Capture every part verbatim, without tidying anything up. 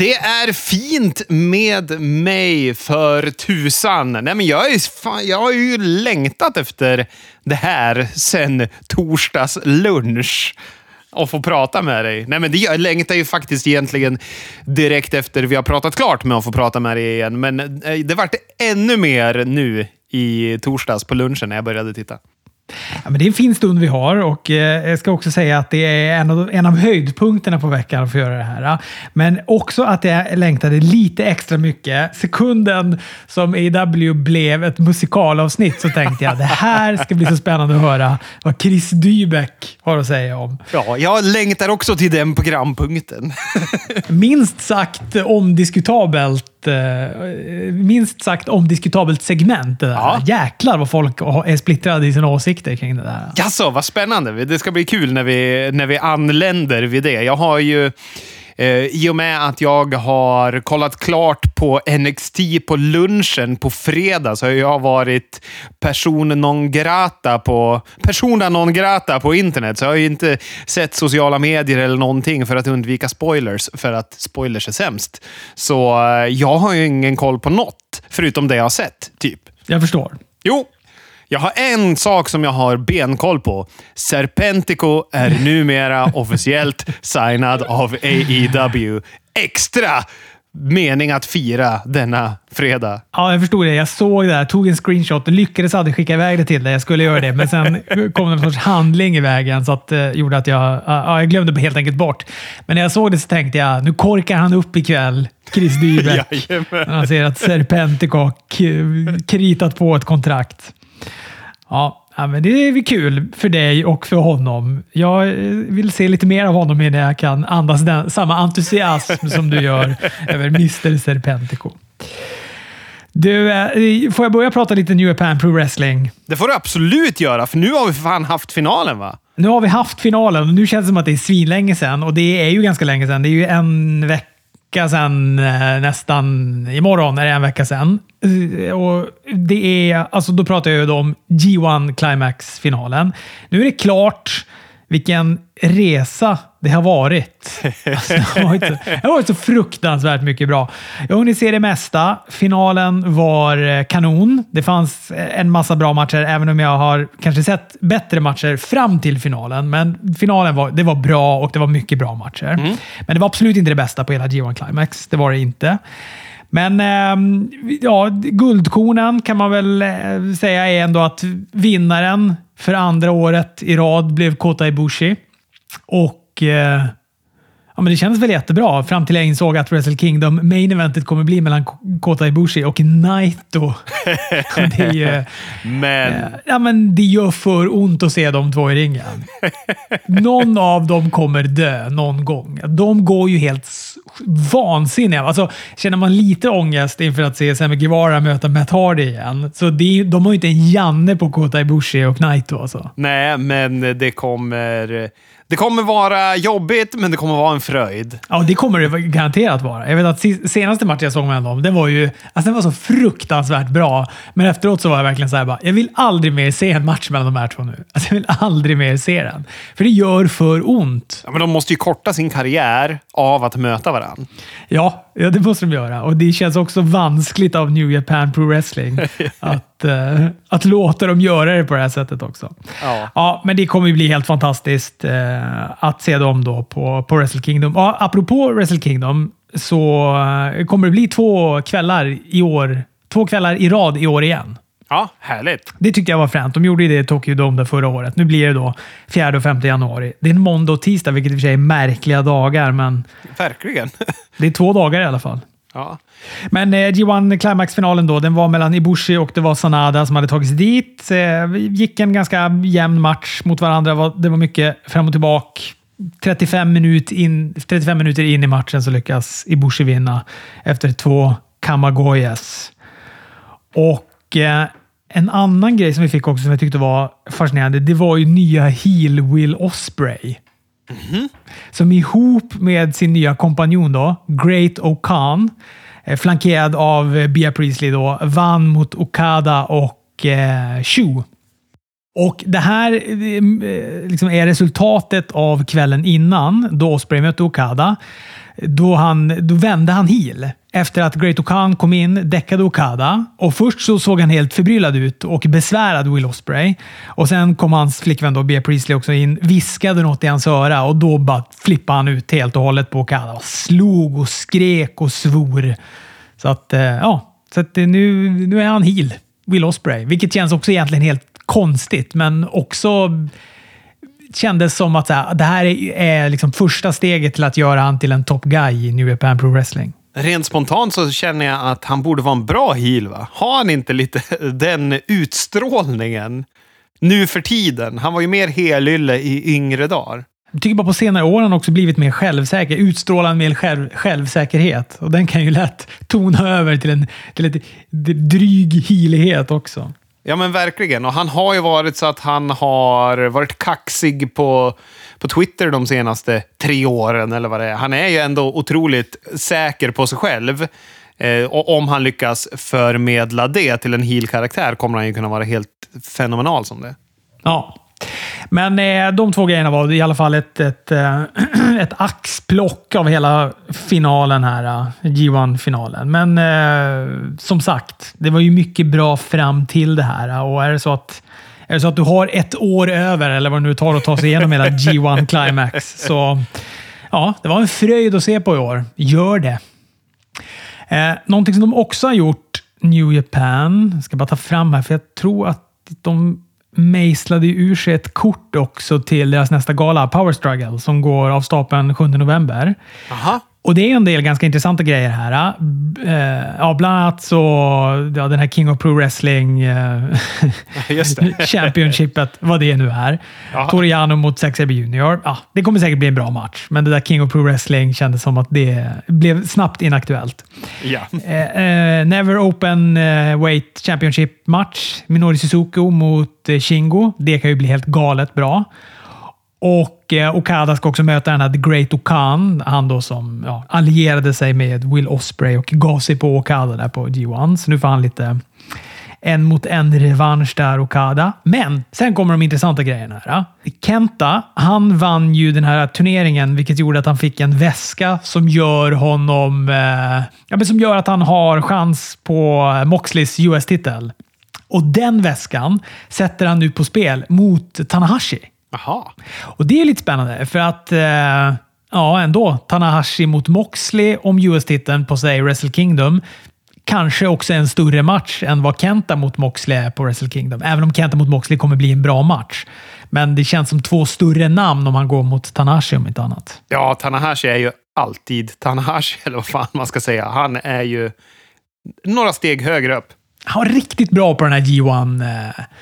Det är fint med mig för tusan. Nej, men jag, är, fan, jag har ju längtat efter det här sen torsdags lunch och få prata med dig. Nej, men det, jag längtar ju faktiskt egentligen direkt efter vi har pratat klart med att få prata med dig igen. Men det vart ännu mer nu i torsdags på lunchen när jag började titta. Ja, men det är en fin stund vi har och eh, jag ska också säga att det är en av, en av höjdpunkterna på veckan att få göra det här. Men också att jag längtade lite extra mycket. Sekunden som A E W blev ett musikalavsnitt så tänkte jag det här ska bli så spännande att höra vad Chris Dybeck har att säga om. Ja, jag längtar också till den programpunkten. Minst sagt omdiskutabelt minst sagt omdiskutabelt segment. Det där. Ja. Jäklar vad folk är splittrade i sina åsikter kring det där. Jaså, vad spännande. Det ska bli kul när vi, när vi anländer vid det. Jag har ju eh, i och med att jag har kollat klart på N X T på lunchen på fredag så har jag varit person non grata på persona non grata på internet, så jag har ju inte sett sociala medier eller någonting för att undvika spoilers, för att spoilers är sämst. Så eh, jag har ju ingen koll på något förutom det jag har sett, typ. Jag förstår. Jo. Jag har en sak som jag har benkoll på. Serpentico är numera officiellt signad av A E W. Extra mening att fira denna fredag. Ja, jag förstod det. Jag såg det här, tog en screenshot och lyckades aldrig skicka iväg det till dig. Jag skulle göra det, men sen kom det en sorts handling i vägen så att det uh, gjorde att jag, uh, jag glömde helt enkelt bort. Men när jag såg det så tänkte jag, nu korkar han upp ikväll, Chris Dybeck. Han ser att Serpentico har kritat på ett kontrakt. Ja, men det är kul för dig och för honom. Jag vill se lite mer av honom innan jag kan andas den, samma entusiasm som du gör över mister Serpentico. Du, får jag börja prata lite New Japan Pro Wrestling? Det får du absolut göra, för nu har vi fan haft finalen, va? Nu har vi haft finalen och nu känns det som att det är svinlänge sedan, och det är ju ganska länge sedan. Det är ju en vecka sen, nästan imorgon är det en vecka sedan. Och det är, alltså då pratar jag ju om G ett Climax-finalen. Nu är det klart vilken resa det har varit. Alltså, det, har varit så, det har varit så fruktansvärt mycket bra. Jag har hunnit se det mesta. Finalen var kanon. Det fanns en massa bra matcher, även om jag har kanske sett bättre matcher fram till finalen. Men finalen var, det var bra och det var mycket bra matcher. Mm. Men det var absolut inte det bästa på hela G ett Climax. Det var det inte. Men äh, ja, guldkornen kan man väl äh, säga är ändå att vinnaren för andra året i rad blev Kota Ibushi. Och äh, ja, men det kändes väl jättebra fram till jag insåg att Wrestle Kingdom main eventet kommer bli mellan Kota Ibushi och Naito. det, är ju, men... Äh, ja, men det gör för ont att se de två i ringen. Någon av dem kommer dö någon gång. De går ju helt vansinniga. Alltså, känner man lite ångest inför att se Sammy Guevara möta Matt Hardy igen. Så det, de har ju inte en janne på Kota Ibushi och Naito. Alltså. Nej, men det kommer... Det kommer vara jobbigt, men det kommer vara en fröjd. Ja, det kommer det garanterat vara. Jag vet att senaste matchen jag såg med dem, den var ju, alltså den var så fruktansvärt bra. Men efteråt så var jag verkligen så här bara, jag vill aldrig mer se en match mellan de här två nu. Alltså jag vill aldrig mer se den. För det gör för ont. Ja, men de måste ju korta sin karriär av att möta varandra. Ja, ja, det måste de göra. Och det känns också vanskligt av New Japan Pro Wrestling att, uh, att låta dem göra det på det här sättet också. Ja, ja men det kommer ju bli helt fantastiskt uh, att se dem då på, på Wrestle Kingdom. Ja, apropå Wrestle Kingdom så uh, kommer det bli två kvällar i år. Två kvällar i rad i år igen. Ja, härligt. Det tyckte jag var fränt. De gjorde ju det i Tokyo Dome där förra året. Nu blir det då fjärde och femte januari. Det är en måndag och tisdag, vilket i och för sig är märkliga dagar, men... Verkligen. Det är två dagar i alla fall. Ja. Men eh, G ett Climax-finalen då, den var mellan Ibushi och det var Sanada som hade tagit sig dit. Eh, gick en ganska jämn match mot varandra. Det var mycket fram och tillbaka. trettiofem, minut in, trettiofem minuter in i matchen så lyckas Ibushi vinna efter två Kamagoyes. Och eh, en annan grej som vi fick också som jag tyckte var fascinerande, det var ju nya heel Will Ospreay. Mm-hmm. Som ihop med sin nya kompanjon då, Great O'Khan, eh, flankerad av Bea Priestley då, vann mot Okada och eh, Shu. Och det här eh, liksom är resultatet av kvällen innan, då Ospreay mötte Okada. Då, han, då vände han heel efter att Great-O-Khan kom in, däckade Okada. Och först så såg han helt förbryllad ut och besvärad Will Ospreay. Och sen kom hans flickvän då, Bea Priestley, också in, viskade något i hans öra och då bara flippade han ut helt och hållet på Okada. Och slog och skrek och svor. Så att, ja, så att nu, nu är han heel, Will Ospreay. Vilket känns också egentligen helt konstigt, men också kändes som att så här, det här är, är liksom första steget till att göra han till en top guy i New Japan Pro Wrestling. Rent spontant så känner jag att han borde vara en bra heel, va? Har han inte lite den utstrålningen nu för tiden? Han var ju mer helylle i yngre dagar. Jag tycker bara på senare år har han också blivit mer självsäker. Utstrålar mer själv, självsäkerhet. Och den kan ju lätt tona över till en till ett, ett dryg heelighet också. Ja, men verkligen. Och han har ju varit så att han har varit kaxig på, på Twitter de senaste tre åren, eller vad det är. Han är ju ändå otroligt säker på sig själv. Eh, och om han lyckas förmedla det till en heel-karaktär kommer han ju kunna vara helt fenomenal som det. Ja. Men eh, de två grejerna var i alla fall ett, ett, ett axplock av hela finalen här. G ett-finalen. Men eh, som sagt, det var ju mycket bra fram till det här. Och är det så att, är det så att du har ett år över, eller vad det nu tar att ta sig igenom hela G ett Climax, så ja, det var en fröjd att se på i år. Gör det. Eh, någonting som de också har gjort, New Japan, jag ska bara ta fram här, för jag tror att de mejslade ur sig ett kort också till deras nästa gala, Power Struggle, som går av stapeln sjunde november. Aha. Och det är en del ganska intressanta grejer här. Uh, ja, bland annat så ja, den här King of Pro Wrestling uh, Just det. Championshipet, vad det nu är. Aha. Toriano mot Zack Sabre junior Ja, det kommer säkert bli en bra match, men det där King of Pro Wrestling kändes som att det blev snabbt inaktuellt. Ja. Uh, uh, Never Open uh, Weight Championship match. Minoru Suzuki mot uh, Shingo. Det kan ju bli helt galet bra. Och eh, Okada ska också möta den här The Great-O-Khan. Han då som ja, allierade sig med Will Ospreay och gav sig på Okada där på G ett. Så nu får han lite en mot en revansch där, Okada. Men sen kommer de intressanta grejerna här. Kenta, han vann ju den här turneringen, vilket gjorde att han fick en väska som gör honom... Eh, ja, men som gör att han har chans på Moxleys U S-titel. Och den väskan sätter han nu på spel mot Tanahashi. Aha. Och det är lite spännande för att eh, ja, ändå Tanahashi mot Moxley om U S-titeln på sig Wrestle Kingdom. Kanske också en större match än vad Kenta mot Moxley är på Wrestle Kingdom. Även om Kenta mot Moxley kommer bli en bra match. Men det känns som två större namn om han går mot Tanahashi om inte annat. Ja, Tanahashi är ju alltid Tanahashi, eller vad fan man ska säga. Han är ju några steg högre upp. Han var riktigt bra på den här G ett... Eh,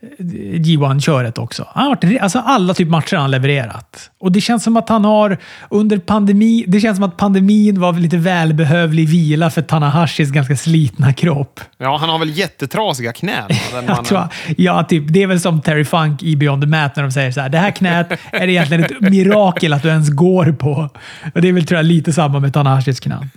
G ett-köret också. Han har varit, alltså alla typ matcher han levererat. Och det känns som att han har under pandemi, det känns som att pandemin var lite välbehövlig vila för Tanahashis ganska slitna kropp. Ja, han har väl jättetrasiga knän. Den jag tror, ja, typ, det är väl som Terry Funk i Beyond the Mat när de säger så här: det här knät är egentligen ett mirakel att du ens går på. Och det är väl tror jag lite samma med Tanahashis knän.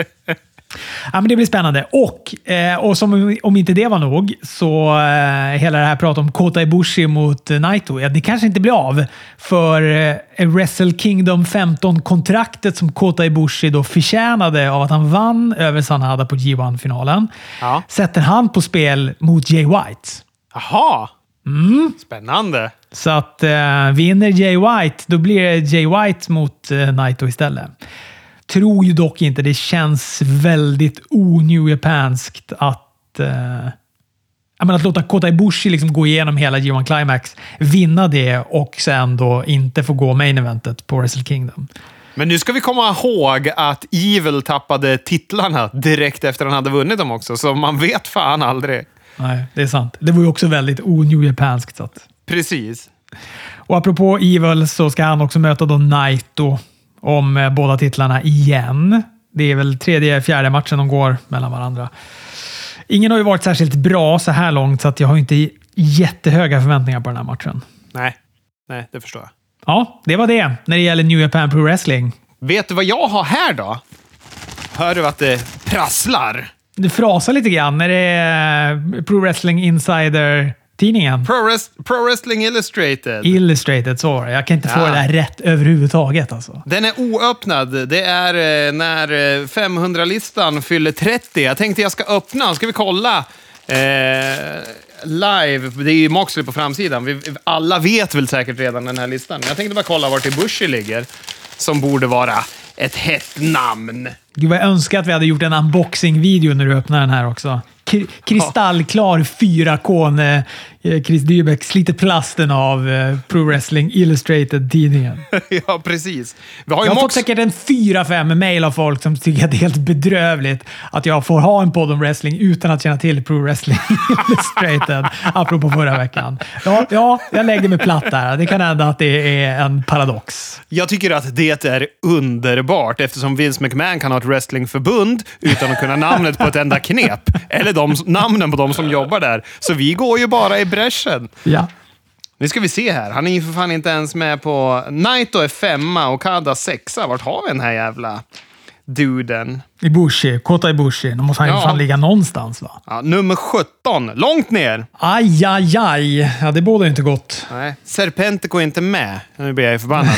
Ja, men det blir spännande. Och, eh, och som om inte det var nog, så eh, hela det här pratet om Kota Ibushi mot eh, Naito, ja, det kanske inte blir av. För eh, Wrestle Kingdom femton-kontraktet som Kota Ibushi då förtjänade av att han vann över Sanada på G ett-finalen, ja. sätter han på spel mot Jay White. Jaha! Mm. Spännande. Så att eh, vinner Jay White, då blir det Jay White mot eh, Naito istället. Tror ju dock inte. Det känns väldigt o-New Japanskt att, eh, menar, att låta Kota Ibushi liksom gå igenom hela G ett Climax, vinna det och sen då inte få gå main eventet på Wrestle Kingdom. Men nu ska vi komma ihåg att Evil tappade titlarna direkt efter han hade vunnit dem också, så man vet fan aldrig. Nej, det är sant. Det var ju också väldigt o-New Japanskt. Så att. Precis. Och apropå Evil så ska han också möta då Naito om eh, båda titlarna igen. Det är väl tredje, fjärde matchen de går mellan varandra. Ingen har ju varit särskilt bra så här långt, så att jag har inte jättehöga förväntningar på den här matchen. Nej, nej, det förstår jag. Ja, det var det när det gäller New Japan Pro Wrestling. Vet du vad jag har här då? Hör du att det prasslar? Det frasar lite grann när det är Pro Wrestling Insider tidningen. Pro, Rest- Pro Wrestling Illustrated. Illustrated, så. Jag kan inte få Ja. det där rätt överhuvudtaget. Alltså. Den är oöppnad. Det är eh, när femhundra-listan fyller trettio. Jag tänkte jag ska öppna. Ska vi kolla eh, live? Det är ju Moxley på framsidan. Vi, alla vet väl säkert redan den här listan. Jag tänkte bara kolla vart Ibushi ligger. Som borde vara ett hett namn. Gud, vad jag önskar att vi hade gjort en unboxing-video när du öppnar den här också. K- kristallklar fyra K när eh, Chris Dybeck sliter plasten av eh, Pro Wrestling Illustrated-tidningen. Ja, precis. Vi har ju Jag har Mox- fått säkert en fyra fem mejl av folk som tycker att det är helt bedrövligt att jag får ha en podd om wrestling utan att känna till Pro Wrestling Illustrated, apropå förra veckan. Ja, ja, jag lägger mig platt där. Det kan hända att det är en paradox. Jag tycker att det är underbart eftersom Vince McMahon kan ha ett wrestlingförbund utan att kunna namnet på ett enda knep. Eller de, namnen på de som jobbar där. Så vi går ju bara i bräschen. Ja. Nu ska vi se här. Han är ju för fan inte ens med på... Naito är femma och Okada sexa. Vart har vi den här jävla duden? Ibushi, Kota Ibushi. Då måste han ju Ja. fan ligga någonstans, va? Ja, nummer sjutton. Långt ner. Aj, aj, aj. Ja, det bådar ju inte gott. Nej, Serpentico är inte med. Nu blir jag ju förbannad.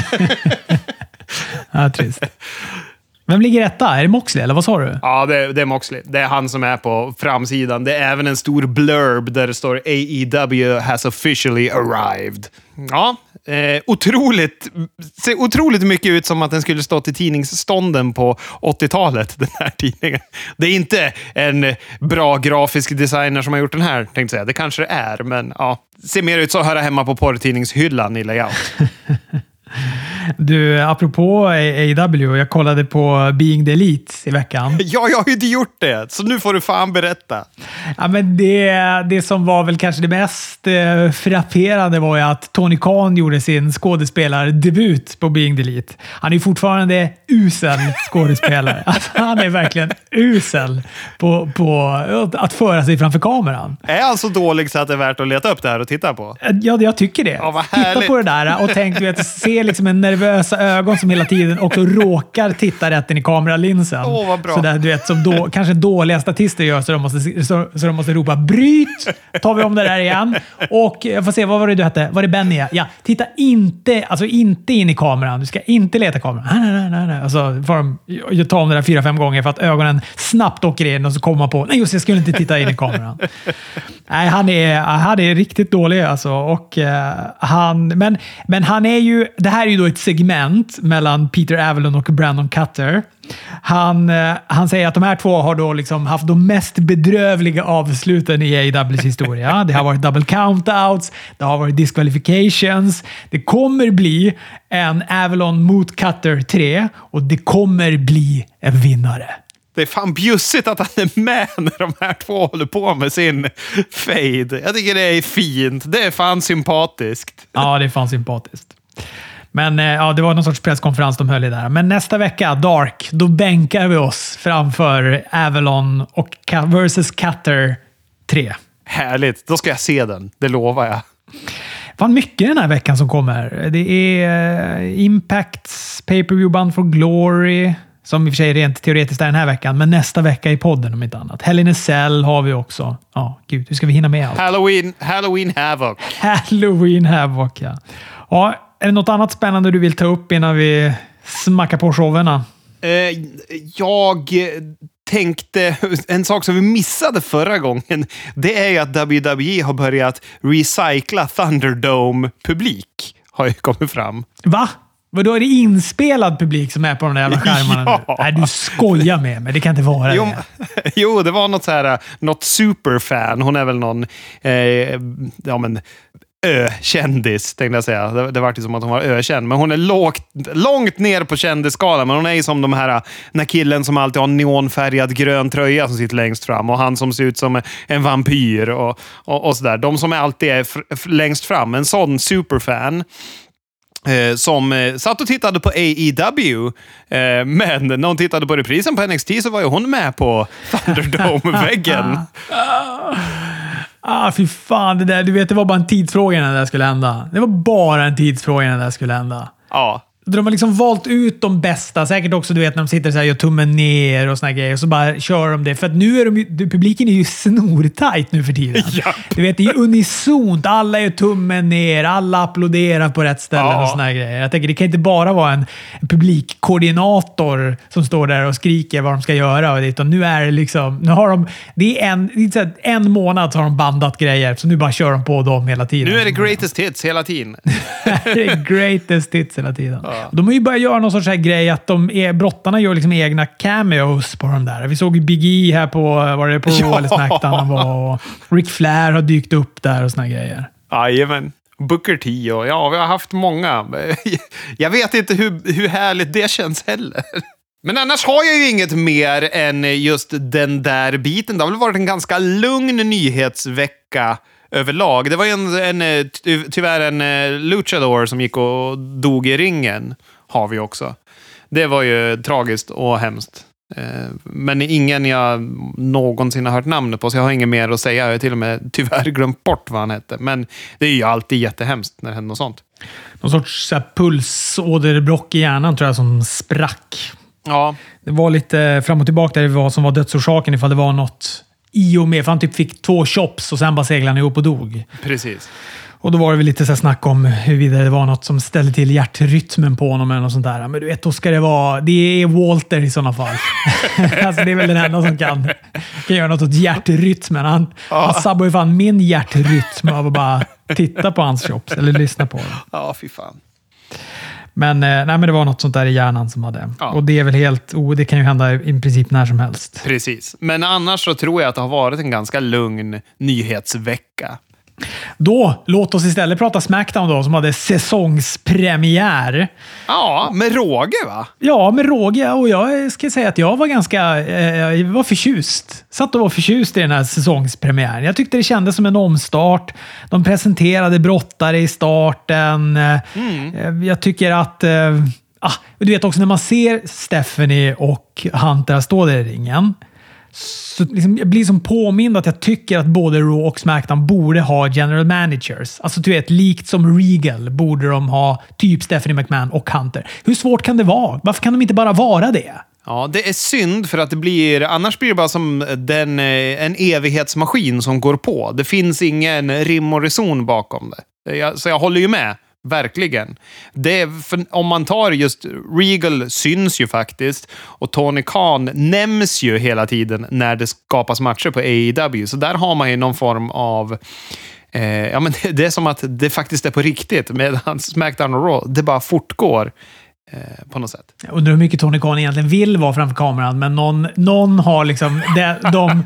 Ja, trist. Vem ligger etta? Är det Moxley, eller vad sa du? Ja, det, det är Moxley. Det är han som är på framsidan. Det är även en stor blurb där det står A E W has officially arrived. Ja, eh, otroligt, ser otroligt mycket ut som att den skulle stå till tidningsstånden på åttiotalet, den här tidningen. Det är inte en bra grafisk designer som har gjort den här, tänkte jag säga. Det kanske det är, men ja. Ser mer ut så att höra hemma på porrtidningshyllan i layout. Du, apropå A E W, jag kollade på Being the Elite i veckan. Ja, jag har ju inte gjort det, så nu får du fan berätta. Ja, men det, det som var väl kanske det mest eh, frapperande var ju att Tony Khan gjorde sin skådespelardebut på Being the Elite. Han är fortfarande usel skådespelare. Alltså, han är verkligen usel på, på att föra sig framför kameran. Är han så dålig så att det är värt att leta upp det här och titta på? Ja, jag tycker det. Ja, vad Titta härligt. på det där och tänk du vet, se liksom en nervösa ögon som hela tiden också råkar titta rätt in i kameralinsen. Åh, vad bra. Så där, du vet, som då, kanske dåliga statister gör så de, måste, så, så de måste ropa bryt. Tar vi om det där igen. Och jag får se, vad var det du hette? Var det Benny? Ja, titta inte, alltså inte in i kameran. Du ska inte leta kameran. Nej, nej, nej, nej. Alltså, får de, jag tar om det där fyra, fem gånger för att ögonen snabbt åker in och så kommer man på, nej just jag skulle inte titta in i kameran. Nej, han är, han är riktigt dålig alltså. Och, uh, han, men, men han är ju, det här är ju då ett segment mellan Peter Avalon och Brandon Cutter. Han, uh, han säger att de här två har då liksom haft de mest bedrövliga avsluten i A E W's historia. Det har varit double countouts, det har varit disqualifications. Det kommer bli en Avalon mot Cutter tre och det kommer bli en vinnare. Det är fan bjussigt att han är med när de här två håller på med sin fade. Jag tycker det är fint. Det är fan sympatiskt. Ja, det är fan sympatiskt. Men ja, det var någon sorts presskonferens de höll i där. Men nästa vecka, Dark, då bänkar vi oss framför Avalon och versus Cutter tre. Härligt. Då ska jag se den. Det lovar jag. Fan mycket den här veckan som kommer. Det är Impacts Pay-Per-View Bound for Glory, som i och för sig rent teoretiskt är den här veckan, men nästa vecka i podden om inte annat. Hell in a Cell har vi också. Ja, gud, hur ska vi hinna med allt? Halloween, Halloween Havoc. Halloween Havoc, ja. Ja, är det något annat spännande du vill ta upp innan vi smackar på showerna? Eh, jag tänkte, en sak som vi missade förra gången, det är ju att W W E har börjat recycla Thunderdome-publik. Har ju kommit fram. Va? Vadå, är det inspelad publik som är på de där jävla skärmarna Ja. nu? Nej, du skojar med mig. Det kan inte vara Jo, det. jo, det var något så här, något superfan. Hon är väl någon, eh, ja men, ö-kändis, tänkte jag säga. Det, det var ju som att hon var ökänd. Men hon är lågt, långt ner på kändisskalan. Men hon är ju som de här, den här killen som alltid har en neonfärgad grön tröja som sitter längst fram. Och han som ser ut som en vampyr och, och, och sådär. De som alltid är f- längst fram. En sån superfan. Eh, som eh, satt och tittade på A E W. Eh, men när hon tittade på reprisen på N X T så var ju hon med på Thunderdome-väggen. Ah, fy fan. Det där, du vet, det var bara en tidsfråga när det där skulle hända. Det var bara en tidsfråga när det där skulle hända. Ja, De har liksom valt ut de bästa. Säkert också, du vet, när de sitter så här och gör tummen ner och såna här grejer. Och så bara kör de det. För att nu är de ju, publiken är ju snortajt nu för tiden. Ja. Du vet, det är unisont. Alla gör tummen ner. Alla applåderar på rätt ställen Ja. och såna här grejer. Jag tänker, det kan inte bara vara en publikkoordinator som står där och skriker vad de ska göra. Utan nu är det liksom... Nu har de... Det är en, det är så här, en månad så har de bandat grejer. Så nu bara kör de på dem hela tiden. Nu är det greatest hits hela tiden. Det är greatest hits hela tiden. Ja. De har ju börjat göra någon sorts här grej att de är, brottarna gör liksom egna cameos på de där. Vi såg ju Big E här på, var det på Ja. Raw eller SmackDown han var, och Ric Flair har dykt upp där och såna grejer. Jajamän. Booker T och ja, vi har haft många. Jag vet inte hur, hur härligt det känns heller. Men annars har jag ju inget mer än just den där biten. Det har väl varit en ganska lugn nyhetsvecka överlag. Det var ju en, en ty, tyvärr en uh, luchador som gick och dog i ringen. Har vi också. Det var ju tragiskt och hemskt. Uh, men ingen jag någonsin har hört namnet på, så jag har inget mer att säga. Jag har till och med tyvärr glömt bort vad han hette. Men det är ju alltid jättehemskt när det händer något sånt. Någon sorts så här, pulsåderbråck i hjärnan tror jag som sprack. Ja. Det var lite fram och tillbaka där det var som var dödsorsaken ifall det var något i och med. För han typ fick två chops och sen bara seglade han ihop och dog. Precis. Och då var det väl lite så här snack om huruvida det var något som ställde till hjärtrytmen på honom eller något sånt där. Men du vet, då ska det vara... Det är Walter i sådana fall. Alltså det är väl den enda som kan, kan göra något åt hjärtrytmen. Han, Ja. han sabbar ju fan min hjärtrytm av att bara titta på hans shops eller lyssna på dem. Ja, fy fan. Men, eh, nej, men det var något sånt där i hjärnan som hade. Ja. Och det är väl helt... Oh, det kan ju hända i princip när som helst. Precis. Men annars så tror jag att det har varit en ganska lugn nyhetsvecka. Då, låt oss istället prata SmackDown då, som hade säsongspremiär. Ja, med råge va? Ja, med råge. Och jag ska säga att jag var ganska eh, jag var förtjust. Satt och var förtjust i den här säsongspremiären. Jag tyckte det kändes som en omstart. De presenterade brottare i starten. Mm. Jag tycker att... Eh, ah, du vet också när man ser Stephanie och Hunter stå där i ringen. Så liksom, jag blir som påmind att jag tycker att både Raw och SmackDown borde ha general managers. Alltså du vet, likt som Regal borde de ha typ Stephanie McMahon och Hunter. Hur svårt kan det vara? Varför kan de inte bara vara det? Ja, det är synd för att det blir... Annars blir det bara som den, en evighetsmaskin som går på. Det finns ingen rim och reson bakom det. Jag, så jag håller ju med. Verkligen. Det är, för om man tar just... Regal syns ju faktiskt. Och Tony Khan nämns ju hela tiden när det skapas matcher på A E W. Så där har man ju någon form av... Eh, ja, men det, det är som att det faktiskt är på riktigt. Medan SmackDown och Raw, det bara fortgår. Eh, på något sätt. Jag undrar hur mycket Tony Khan egentligen vill vara framför kameran, men någon, någon har liksom det, de,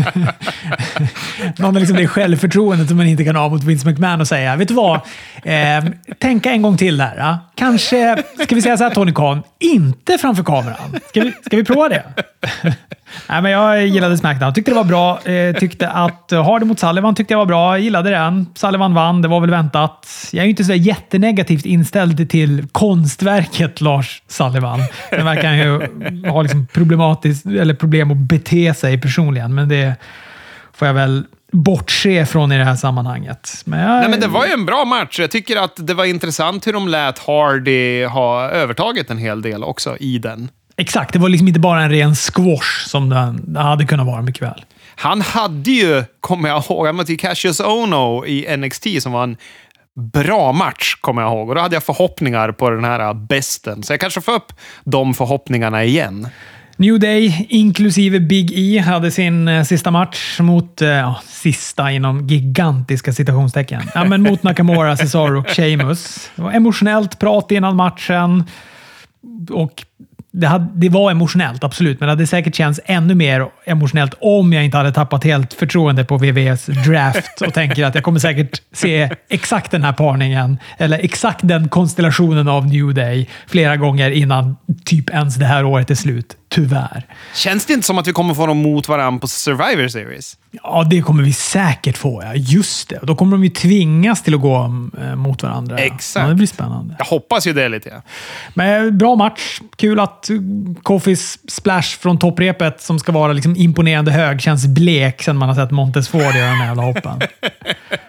någon har liksom det självförtroendet som man inte kan ha mot Vince McMahon och säga, vet du vad? Eh, tänka en gång till här. Ja? Kanske, ska vi säga så här Tony Khan, inte framför kameran. Ska vi, ska vi prova det? Nej, men jag gillade SmackDown. Tyckte det var bra. Eh, tyckte att Hardy mot Sullivan tyckte jag var bra. Jag gillade den. Sullivan vann. Det var väl väntat. Jag är ju inte så jättenegativt inställd till konstverket Lars Sullivan. Den verkar ju ha liksom problematiskt eller problem att bete sig personligen. Men det får jag väl bortse från i det här sammanhanget. Men jag... Nej, men det var ju en bra match. Jag tycker att det var intressant hur de lät Hardy ha övertaget en hel del också i den. Exakt, det var liksom inte bara en ren squash som den hade kunnat vara mycket väl. Han hade ju, kommer jag ihåg, han mötte Cassius Ohno i N X T som var en bra match, kommer jag ihåg. Och då hade jag förhoppningar på den här besten. Så jag kanske får upp de förhoppningarna igen. New Day, inklusive Big E, hade sin eh, sista match mot, eh, sista inom gigantiska citationstecken. Ja, men mot Nakamura, Cesaro och Sheamus. Det var emotionellt prat innan matchen. Och Det, hade, det var emotionellt, absolut, men det hade säkert känts ännu mer emotionellt om jag inte hade tappat helt förtroende på W W E:s draft och tänker att jag kommer säkert se exakt den här parningen eller exakt den konstellationen av New Day flera gånger innan typ ens det här året är slut. Tyvärr. Känns det inte som att vi kommer få dem mot varandra på Survivor Series? Ja, det kommer vi säkert få. Ja. Just det. Då kommer de ju tvingas till att gå äh, mot varandra. Exakt. Ja, det blir spännande. Jag hoppas ju det lite. Ja. Men bra match. Kul att Kofis splash från topprepet som ska vara liksom imponerande hög känns blek sen man har sett Montez Ford göra den här jävla hoppen.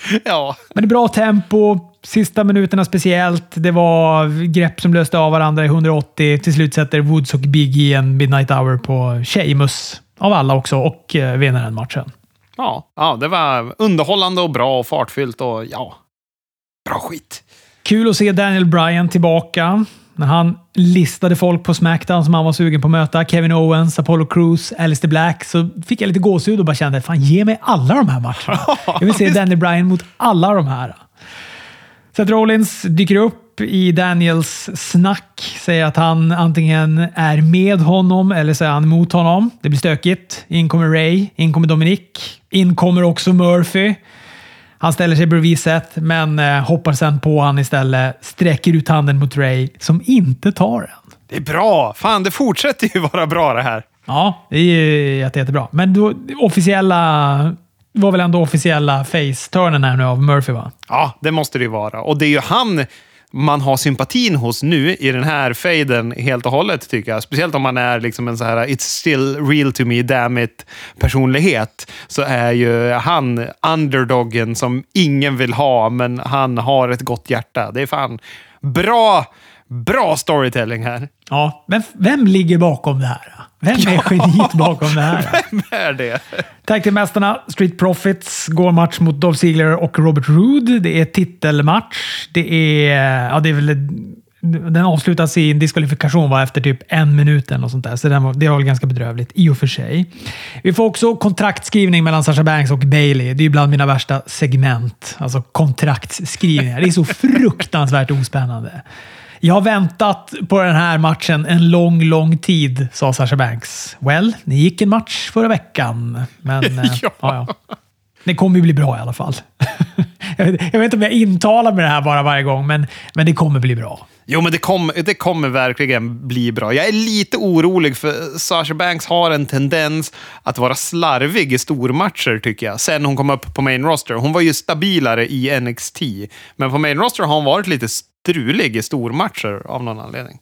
Ja. Men det är bra tempo. Sista minuterna speciellt. Det var grepp som löste av varandra i hundraåttio. Till slut sätter Woods och Big E en Midnight Hour på Sheamus. Av alla också. Och eh, vinner den matchen. Ja, ja, det var underhållande och bra och fartfyllt och ja, bra skit. Kul att se Daniel Bryan tillbaka. När han listade folk på SmackDown som han var sugen på att möta. Kevin Owens, Apollo Crews, Aleister Black. Så fick jag lite gåshud och bara kände, fan ge mig alla de här matcherna. Jag vill se Daniel Bryan mot alla de här. Seth Rollins dyker upp i Daniels snack. Säger att han antingen är med honom eller så är han mot honom. Det blir stökigt. In kommer Ray, in kommer Dominic. In kommer också Murphy. Han ställer sig bredvid Seth, men eh, hoppar sen på han istället. Sträcker ut handen mot Ray, som inte tar den. Det är bra. Fan, det fortsätter ju vara bra det här. Ja, det är ju jätte, jättebra. Men då, officiella... var väl ändå officiella face-turnen här nu av Murphy, va? Ja, det måste det ju vara. Och det är ju han man har sympatin hos nu i den här faden helt och hållet, tycker jag. Speciellt om man är liksom en så här it's still real to me, damn it personlighet. Så är ju han underdoggen som ingen vill ha, men han har ett gott hjärta. Det är fan bra, bra storytelling här. Ja, men vem ligger bakom det här? Vem är ja. geniet bakom det här? Vem är det? Tag team-mästarna Street Profits går match mot Dolph Ziggler och Robert Roode. Det är titelmatch. Det är, ja, det är väl, den avslutas i en diskvalifikation var efter typ en minut eller något sånt där. Så det var, det var väl ganska bedrövligt i och för sig. Vi får också kontraktskrivning mellan Sasha Banks och Bayley. Det är ju bland mina värsta segment. Alltså kontraktsskrivningar. Det är så fruktansvärt ospännande. Jag har väntat på den här matchen en lång, lång tid, sa Sasha Banks. Well, ni gick en match förra veckan. Men ja. Ja, ja. Det kommer ju bli bra i alla fall. jag, vet, jag vet inte om jag intalar med det här bara varje gång, men, men det kommer bli bra. Jo, men det kommer, det kommer verkligen bli bra. Jag är lite orolig för Sasha Banks har en tendens att vara slarvig i stormatcher, tycker jag. Sen hon kom upp på main roster. Hon var ju stabilare i N X T. Men på main roster har hon varit lite strulig i stormatcher av någon anledning.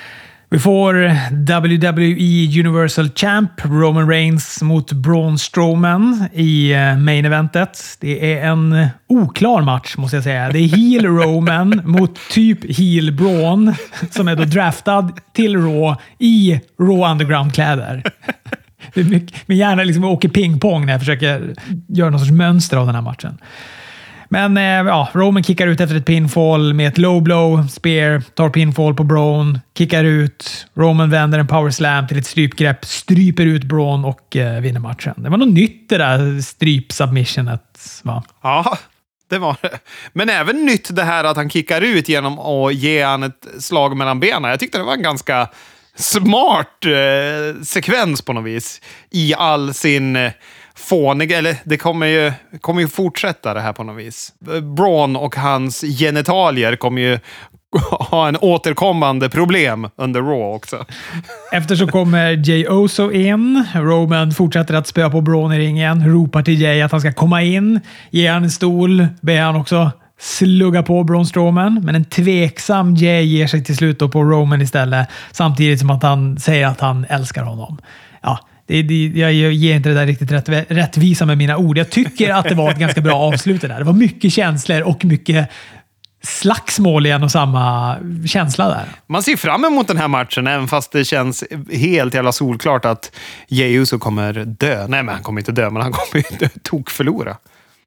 Vi får W W E Universal Champ Roman Reigns mot Braun Strowman i main eventet. Det är en oklar match, måste jag säga. Det är heel Roman mot typ heel Braun som är då draftad till Raw i Raw Underground-kläder. Det är mycket, men gärna liksom åker pingpong när jag försöker göra någon sorts mönster av den här matchen. Men ja, Roman kickar ut efter ett pinfall med ett low blow, spear, tar pinfall på Braun, kickar ut. Roman vänder en power slam till ett strypgrepp, stryper ut Braun och eh, vinner matchen. Det var något nytt det där stryp-submissionet, va? Ja, det var det. Men även nytt det här att han kickar ut genom att ge han ett slag mellan benen. Jag tyckte det var en ganska smart eh, sekvens på något vis. I all sin... Eh, fånig, eller det kommer ju, kommer ju fortsätta det här på något vis. Braun och hans genitalier kommer ju ha en återkommande problem under Raw också. Efter så kommer Jey Uso in. Roman fortsätter att spöa på Braun i ringen. Ropar till Jey att han ska komma in. Ger han en stol. Ber han också slugga på Braun Strowman. Men en tveksam Jey ger sig till slut då på Roman istället. Samtidigt som att han säger att han älskar honom. Ja, Det, det, jag ger inte det där riktigt rätt, rättvisa med mina ord. Jag tycker att det var ett ganska bra avslut där. Det var mycket känslor och mycket slagsmål i en och samma känsla där. Man ser fram emot den här matchen, även fast det känns helt jävla solklart att Jey Uso kommer dö. Nej, men han kommer inte dö, men han kommer ju tok förlora.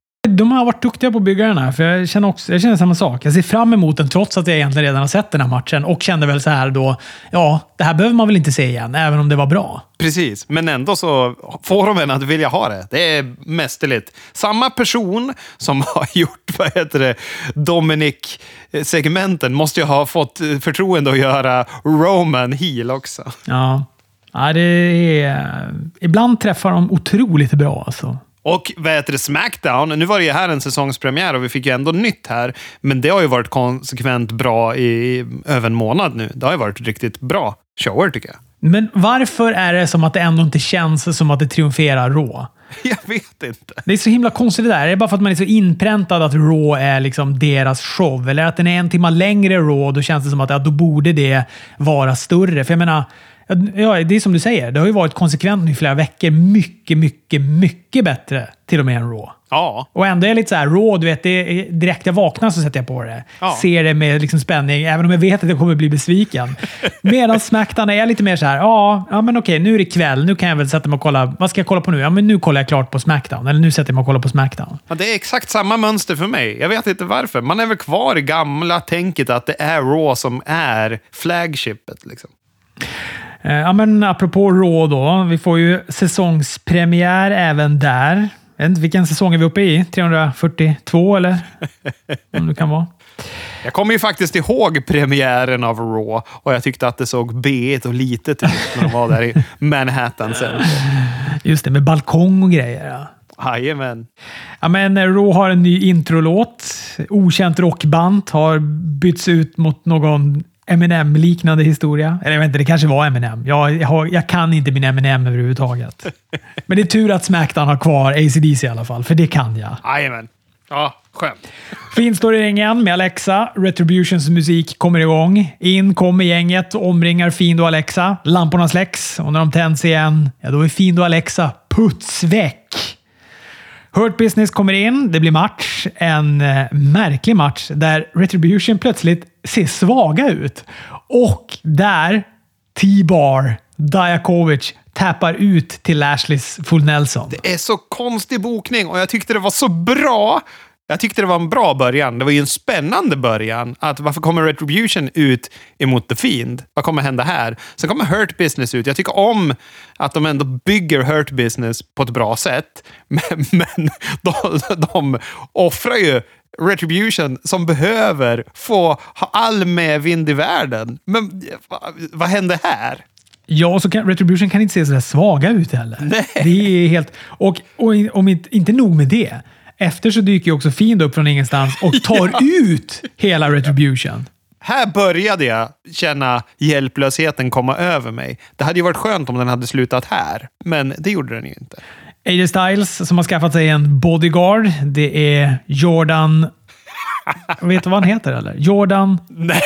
De har varit duktiga på att bygga den här, för jag känner, också, jag känner samma sak. Jag ser fram emot den trots att jag egentligen redan har sett den här matchen och kände väl så här då, ja, det här behöver man väl inte se igen, även om det var bra. Precis, men ändå så får de en att vilja ha det. Det är mästerligt. Samma person som har gjort, vad heter det, Dominic-segmenten måste ju ha fått förtroende att göra Roman heel också. Ja, ja det är... Ibland träffar de otroligt bra alltså. Och vad heter det, SmackDown? Nu var det ju här en säsongspremiär och vi fick ju ändå nytt här. Men det har ju varit konsekvent bra i över en månad nu. Det har ju varit riktigt bra shower, tycker jag. Men varför är det som att det ändå inte känns som att det triumferar Raw? Jag vet inte. Det är så himla konstigt det där. Är det bara för att man är så inpräntad att Raw är liksom deras show? Eller att den är en timme längre Raw, då känns det som att ja, då borde det vara större. För jag menar, Ja, det är som du säger. Det har ju varit konsekvent nu i flera veckor. Mycket, mycket, mycket bättre till och med än Raw. Ja. Och ändå är jag lite så här, Raw, du vet, det är, direkt jag vaknar så sätter jag på det. Ja. Ser det med liksom spänning, även om jag vet att jag kommer bli besviken. Medan Smackdown är lite mer så här, ja, ja men okej, nu är det kväll. Nu kan jag väl sätta mig och kolla. Vad ska jag kolla på nu? Ja, men nu kollar jag klart på Smackdown. Eller nu sätter jag mig och kollar på Smackdown. Ja, det är exakt samma mönster för mig. Jag vet inte varför. Man är väl kvar i gamla tänket att det är Raw som är flagshipet liksom. Ja, men apropå Raw då. Vi får ju säsongspremiär även där. Jag vet inte, vilken säsong är vi uppe i? trehundrafyrtiotvå eller? Om det kan vara. Jag kommer ju faktiskt ihåg premiären av Raw och jag tyckte att det såg B och litet ut när de var där i Manhattan sen. Just det, med balkong och grejer. Ja. Jajamän. Ja, men Raw har en ny introlåt. Okänt rockband har bytts ut mot någon Eminem-liknande historia. Eller jag vet inte, det kanske var Eminem. Jag, jag, har, jag kan inte min Eminem överhuvudtaget. Men det är tur att Smackdown har kvar A C D C i alla fall, för det kan jag. Jajamän. Ja, skönt. Fin står i ringen med Alexa. Retributions musik kommer igång. In kommer gänget och omringar Fiend och Alexa. Lamporna släcks och när de tänds igen, ja, då är Fiend och Alexa putsväck. Hurt Business kommer in. Det blir match. En eh, märklig match där Retribution plötsligt ser svaga ut. Och där T-Bar, Dijakovic, tappar ut till Lashleys Full Nelson. Det är så konstig bokning och jag tyckte det var så bra. Jag tyckte det var en bra början. Det var ju en spännande början. Att varför kommer Retribution ut emot The Fiend? Vad kommer hända här? Sen kommer Hurt Business ut. Jag tycker om att de ändå bygger Hurt Business på ett bra sätt. Men, men de, de offrar ju Retribution som behöver få ha all medvind i världen. Men vad, vad hände här? Ja, så kan, Retribution kan inte se så där svaga ut heller. Nej. Det är helt... Och, och om inte, inte nog med det. Efter så dyker ju också Fiend upp från ingenstans och tar ja. ut hela Retribution. Här började jag känna hjälplösheten komma över mig. Det hade ju varit skönt om den hade slutat här, men det gjorde den ju inte. A J Styles som har skaffat sig en bodyguard. Det är Jordan... Vet du vad han heter eller? Jordan... Nej.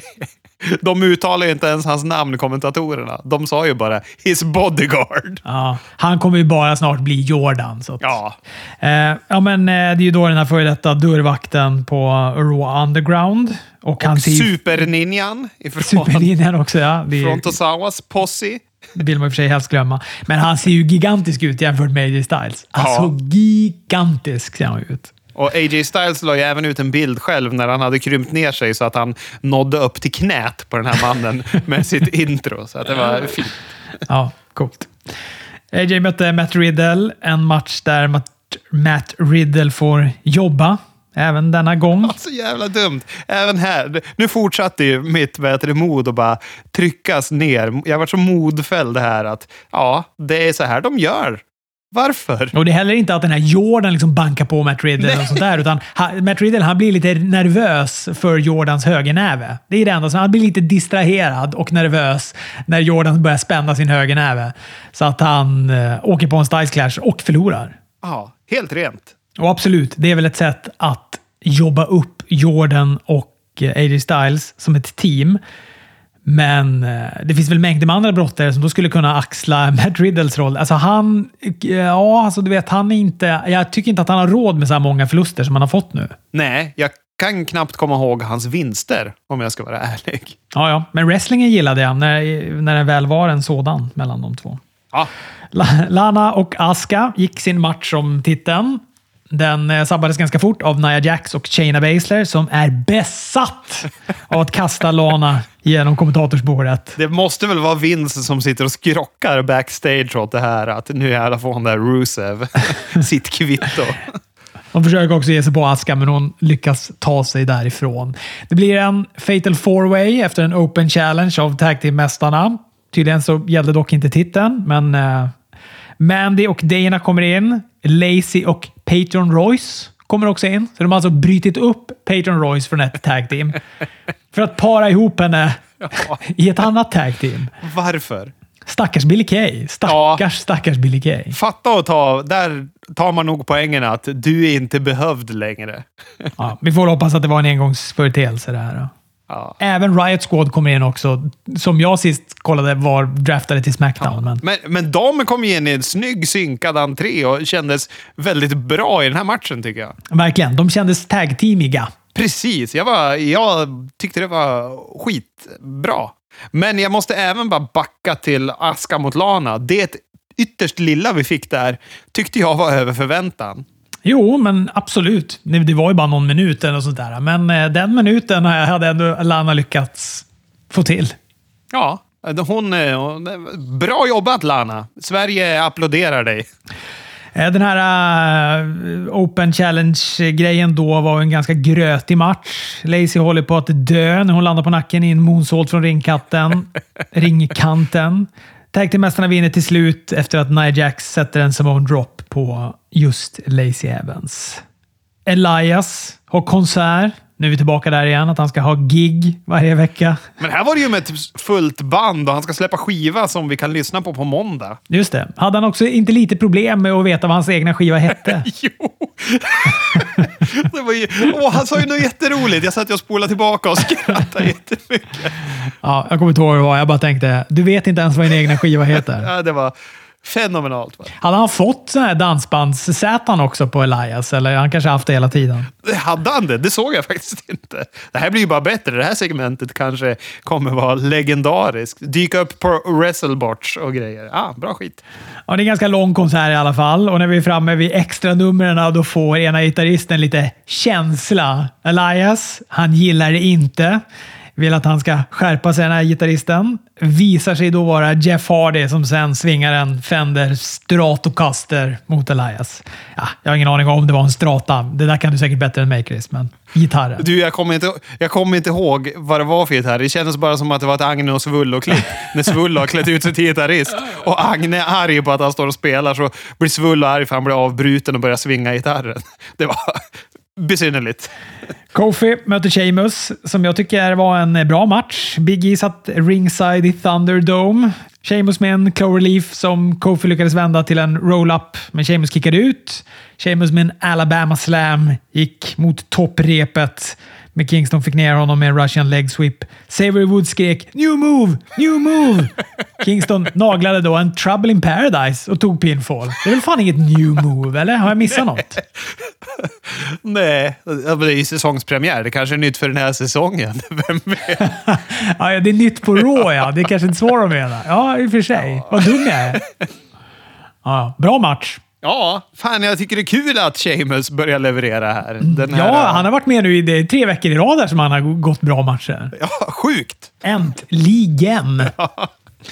De uttalar ju inte ens hans namn, kommentatorerna. De sa ju bara his bodyguard. Ja, han kommer ju bara snart bli Jordan. Så att, ja. Eh, ja, men eh, det är ju då den här före detta dörrvakten på Raw Underground. Och, och han superninjan ifrån, superninjan också, ja. Det är, från Tosawas posse. Det vill man i och för sig helst glömma. Men han ser ju gigantisk ut jämfört med A J Styles. Alltså ja. gigantisk ser han ut. Och A J Styles la ju även ut en bild själv när han hade krympt ner sig så att han nådde upp till knät på den här mannen med sitt intro. Så att det var fint. Ja, coolt. A J mötte Matt Riddle. En match där Matt, Matt Riddle får jobba. Även denna gång. Så jävla dumt. Även här. Nu fortsatte ju mitt vet, mod att bara tryckas ner. Jag var så modfälld här att ja, det är så här de gör. Varför? Och det är heller inte att den här Jordan liksom bankar på Matt Riddle och sånt där, utan han, Matt Riddle han blir lite nervös för Jordans högernäve. Det är det enda. Så han blir lite distraherad och nervös när Jordan börjar spänna sin högernäve. Så att han äh, åker på en Styles Clash och förlorar. Ja, helt rent. Och absolut, det är väl ett sätt att jobba upp Jordan och äh, A J Styles som ett team. Men eh, det finns väl mängder med andra brottare som då skulle kunna axla Matt Riddles roll. Alltså han, ja, alltså du vet, han är inte, jag tycker inte att han har råd med så här många förluster som han har fått nu. Nej, jag kan knappt komma ihåg hans vinster, om jag ska vara ärlig. Ja, ja, men wrestlingen gillade jag när, när det väl var en sådan mellan de två. Ja. Lana och Asuka gick sin match om titeln. Den eh, sabbades ganska fort av Nia Jax och Shayna Baszler som är besatt av att kasta Lana genom kommentatorsbordet. Det måste väl vara Vince som sitter och skrockar backstage åt det här att nu är alla får hon där Rusev sitt kvitto. Hon försöker också ge sig på Asuka, men hon lyckas ta sig därifrån. Det blir en Fatal four-way efter en Open Challenge av Tag Team-mästarna. Tydligen så gällde dock inte titeln, men eh, Mandy och Dana kommer in. Lacey och Peyton Royce kommer också in. Så de har alltså brytit upp Peyton Royce från ett tag team för att para ihop henne ja. i ett annat tag team. Varför? Stackars Billie Kay. Stackars, ja. stackars Billie Kay. Fatta och ta. Där tar man nog poängen att du är inte behövd längre. Ja, vi får hoppas att det var en engångsföreteelse det här. Då. Ja. Även Riot Squad kommer in också, som jag sist kollade var draftade till SmackDown. Ja. Men... Men, men de kom in i en snygg synkad entré och kändes väldigt bra i den här matchen, tycker jag. Verkligen, de kändes tag-teamiga. Precis, jag, var, jag tyckte det var skitbra. Men jag måste även bara backa till Asuka mot Lana. Det ytterst lilla vi fick där tyckte jag var över förväntan. Jo, men absolut. Det var ju bara någon minut eller sånt där. Men den minuten hade ändå Lana lyckats få till. Ja, hon, hon bra jobbat Lana. Sverige applåderar dig. Den här uh, Open Challenge-grejen då var en ganska grötig match. Lacey håller på att dö när hon landar på nacken i en moonsault från ringkatten. ringkanten. Tag Team-mästarna vinner till slut efter att Nia Jax sätter en Samoan drop på just Lacey Evans. Elias har konsert. Nu är vi tillbaka där igen, att han ska ha gig varje vecka. Men här var det ju med ett fullt band och han ska släppa skiva som vi kan lyssna på på måndag. Just det. Hade han också inte lite problem med att veta vad hans egna skiva hette? Jo! Det var ju, åh, han sa ju något jätteroligt. Jag satt och spolade tillbaka och skrattade jättemycket. Ja, jag kommer inte ihåg vad det var. Jag bara tänkte, du vet inte ens vad din egna skiva heter. Ja, det var fenomenalt. Va? Hade han fått sån här dansbandssätan också på Elias? Eller han kanske haft det hela tiden? Hade han det? Det såg jag faktiskt inte. Det här blir ju bara bättre. Det här segmentet kanske kommer vara legendariskt. Dyka upp på WrestleBots och grejer. Ja, bra skit. Ja, det är en ganska lång konsert i alla fall. Och när vi är framme vid extra numren då får ena gitarristen lite känsla. Elias, han gillar det inte. Vill att han ska skärpa sig, den här gitarristen. Visar sig då vara Jeff Hardy som sen svingar en Fender Stratocaster mot Elias. Ja, jag har ingen aning om det var en Strata. Det där kan du säkert bättre än mig, Chris, men gitarren. Du, jag kommer inte, jag kommer inte ihåg vad det var för gitarr. Det kändes bara som att det var ett Agne och Svullo-klipp. När Svullo har klätt ut sig till gitarrist och Agne är arg på att han står och spelar, så blir Svullo arg för han blir avbruten och börjar svinga gitarren. Det var besynnerligt. Kofi möter Sheamus, som jag tycker var en bra match. Big E satt ringside i Thunderdome. Sheamus med en Cloverleaf som Kofi lyckades vända till en roll-up, men Sheamus kickade ut. Sheamus med en Alabama Slam gick mot topprepet, men Kingston fick ner honom med en Russian leg sweep. Xavier Woods skrek “New move! New move!” Kingston naglade då en Trouble in Paradise och tog pinfall. Det är väl fan inget new move, eller? Har jag missat något? Nej, det är ju säsongspremiär. Det kanske är nytt för den här säsongen. Vem vet? Ja, det är nytt på Raw, ja. Det är kanske inte svårt att mena. Ja, i och för sig. Ja. Vad dum jag är. Ja, bra match. Ja, fan, jag tycker det är kul att Sheamus börjar leverera här. Den här ja, han har varit med nu i det, tre veckor i rad där som han har gått bra matcher. Ja, sjukt. Äntligen. Ja.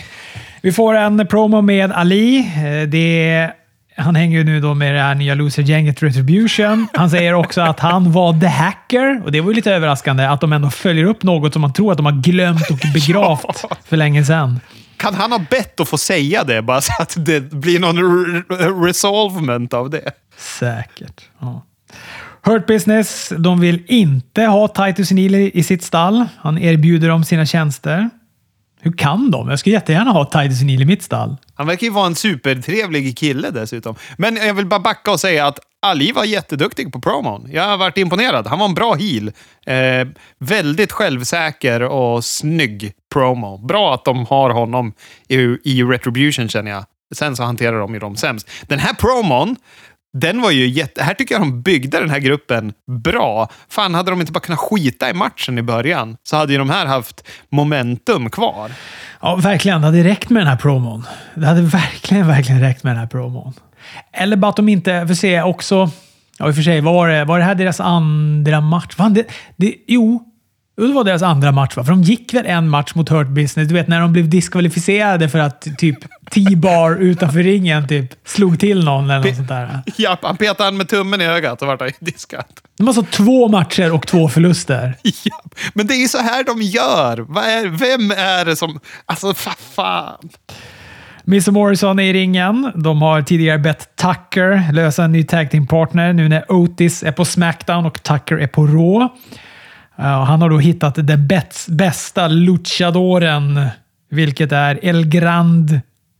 Vi får en promo med Ali. Det är, han hänger ju nu då med det här nya loser-gänget Retribution. Han säger också att han var the hacker. Och det var ju lite överraskande att de ändå följer upp något som man tror att de har glömt och begravt ja. för länge sedan. Kan han ha bett att få säga det, bara så att det blir någon re- resolvement av det? Säkert. Ja. Hurt Business, de vill inte ha Titus O'Neil i sitt stall. Han erbjuder dem sina tjänster. Hur kan de? Jag skulle jättegärna ha Titus O'Neil i mitt stall. Han verkar ju vara en supertrevlig kille dessutom. Men jag vill bara backa och säga att Ali var jätteduktig på promon. Jag har varit imponerad. Han var en bra heel. Eh, väldigt självsäker och snygg promo. Bra att de har honom i, i Retribution, känner jag. Sen så hanterar de ju dem sämst. Den här promon, den var ju jätte... Här tycker jag de byggde den här gruppen bra. Fan, hade de inte bara kunnat skita i matchen i början, så hade ju de här haft momentum kvar. Ja, verkligen. Det hade räckt med den här promon. Det hade verkligen, verkligen räckt med den här promon. Eller bara att de inte får se också... Ja, i och för sig, var det, var det här deras andra match? Fan, det, det, jo, det var deras andra match, va? För de gick väl en match mot Hurt Business. Du vet, när de blev diskvalificerade för att typ T-bar utanför ringen typ slog till någon eller något sånt där. Ja, han petade han med tummen i ögat och vart han diskat. De har så två matcher och två förluster. Ja, men det är ju så här de gör. Vad är, vem är det som... Alltså, fa fan... Miz och Morrison är i ringen. De har tidigare bett Tucker lösa en ny tag team partner nu när Otis är på SmackDown och Tucker är på Raw. Uh, han har då hittat den bäst, bästa luchadoren, vilket är El Grand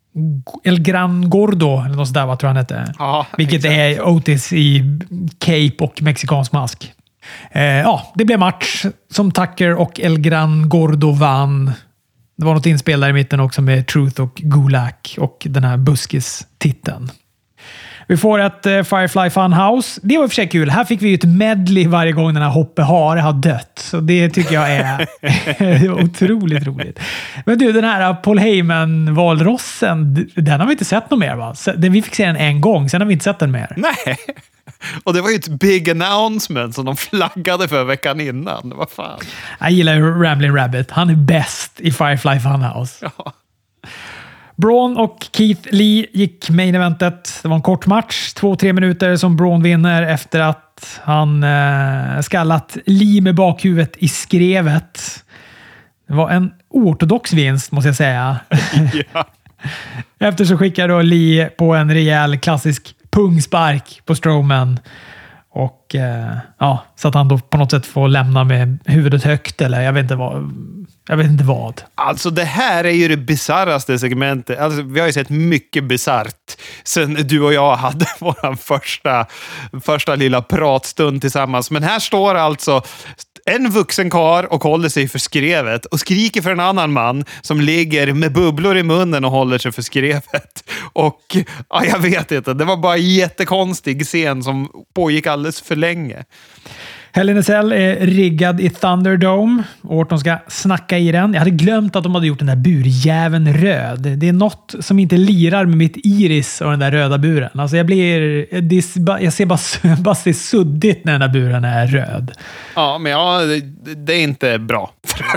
El Gran Gordo, eller något sådär, vad tror han heter. Ja, vilket exakt. är Otis i cape och mexikansk mask. Eh, ja, det blev match som Tucker och El Gran Gordo vann. Det var något inspel där i mitten också med Truth och Gulak och den här Buskis-titeln. Vi får ett eh, Firefly Funhouse. Det var i och för sig kul. Här fick vi ju ett medley varje gång den här Hoppe Hare har dött. Så det tycker jag är otroligt roligt. Men du, den här Paul Heyman-valrossen, den har vi inte sett någon mer, va? Vi fick se den en gång, sen har vi inte sett den mer. Nej. Och det var ju ett big announcement som de flaggade för veckan innan. Vad fan? Jag gillar ju Ramblin' Rabbit. Han är bäst i Firefly Funhouse. Ja. Braun och Keith Lee gick main eventet. Det var en kort match. Två, tre minuter som Braun vinner efter att han eh, skallat Lee med bakhuvudet i skrevet. Det var en oortodox vinst, måste jag säga. Ja. Efter så skickar då Lee på en rejäl klassisk pungspark på Strowman. Och eh, ja, så att han då på något sätt får lämna med huvudet högt, eller jag vet inte vad. Jag vet inte vad. Alltså det här är ju det bizarraste segmentet. Alltså, vi har ju sett mycket bizarrt sen du och jag hade vår första, första lilla pratstund tillsammans. Men här står alltså en vuxen karl och håller sig för skrevet och skriker för en annan man som ligger med bubblor i munnen och håller sig för skrevet. Och ja, jag vet inte, det var bara en jättekonstig scen som pågick alldeles för länge. Hell in a Cell är riggad i Thunderdome. Orton ska snacka i den. Jag hade glömt att de hade gjort den där burjäveln röd. Det är något som inte lirar med mitt iris och den där röda buren. Alltså jag blir... Jag ser bara, bara ser suddigt när den där buren är röd. Ja, men ja, det, det är inte bra.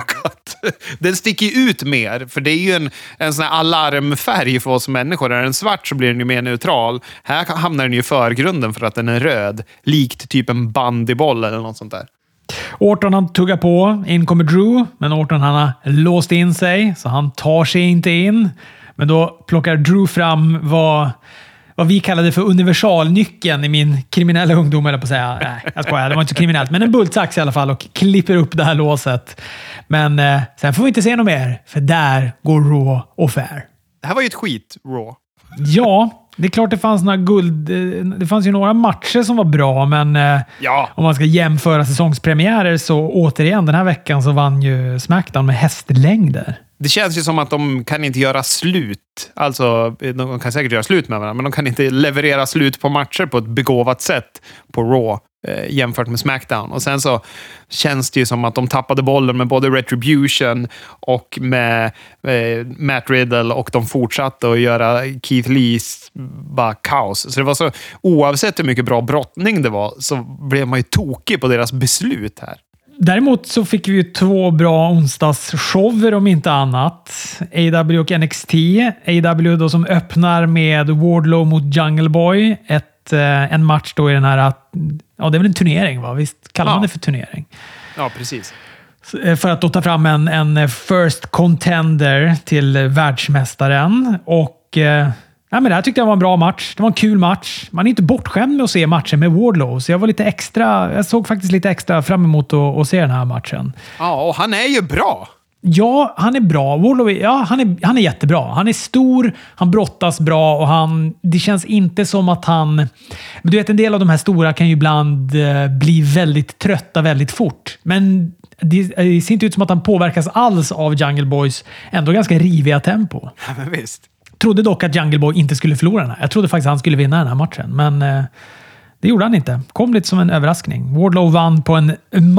Den sticker ju ut mer, för det är ju en, en sån här alarmfärg för oss människor. Är den svart så blir den ju mer neutral. Här hamnar den ju i förgrunden för att den är röd. Likt typ en bandyboll eller något sånt där. Orton han tuggar på. In kommer Drew, men Orton han har låst in sig, så han tar sig inte in. Men då plockar Drew fram vad... vad vi kallade för universalnyckeln i min kriminella ungdom, eller på att säga. Nej, jag skojar, det var inte så kriminellt. Men en bultsax i alla fall och klipper upp det här låset. Men eh, sen får vi inte se något mer, för där går Raw och Fair. Det här var ju ett skit, Raw. Ja, det är klart det fanns några guld... Det fanns ju några matcher som var bra, men eh, ja. Om man ska jämföra säsongspremiärer så återigen, den här veckan så vann ju SmackDown med hästlängder. Det känns ju som att de kan inte göra slut. Alltså, de kan säkert göra slut med varandra, men de kan inte leverera slut på matcher på ett begåvat sätt på Raw eh, jämfört med SmackDown. Och sen så känns det ju som att de tappade bollen med både Retribution och med eh, Matt Riddle, och de fortsatte att göra Keith Lees bara kaos. Så det var så, oavsett hur mycket bra brottning det var, så blev man ju tokig på deras beslut här. Däremot så fick vi ju två bra onsdagsshower om inte annat. A W och N X T. A W då som öppnar med Wardlow mot Jungle Boy. Ett, eh, en match då i den här... Ja, det är väl en turnering, va? Visst kallar ja. man det för turnering? Ja, precis. För att då ta fram en, en first contender till världsmästaren. Och... Eh, Ja, men det här tyckte jag var en bra match. Det var en kul match. Man är inte bortskämd med att se matchen med Wardlow. Så jag var lite extra... Jag såg faktiskt lite extra fram emot att, att se den här matchen. Ja, och han är ju bra. Ja, han är bra. Wardlow är, ja, han är, han är jättebra. Han är stor, han brottas bra och han... Det känns inte som att han... Men du vet, en del av de här stora kan ju ibland eh, bli väldigt trötta väldigt fort. Men det, det ser inte ut som att han påverkas alls av Jungle Boys ändå ganska riviga tempo. Ja, men visst. Trodde dock att Jungle Boy inte skulle förlora den här. Jag trodde faktiskt att han skulle vinna den här matchen, men eh, det gjorde han inte. Kom lite som en överraskning. Wardlow vann på en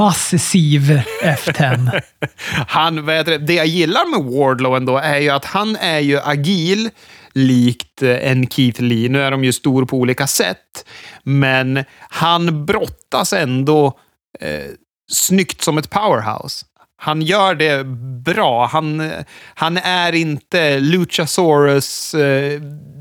massiv F tio. han, vet det, det jag gillar med Wardlow ändå är ju att han är ju agil likt en Keith Lee. Nu är de ju stor på olika sätt, men han brottas ändå eh, snyggt som ett powerhouse. Han gör det bra. Han, han är inte Luchasaurus eh,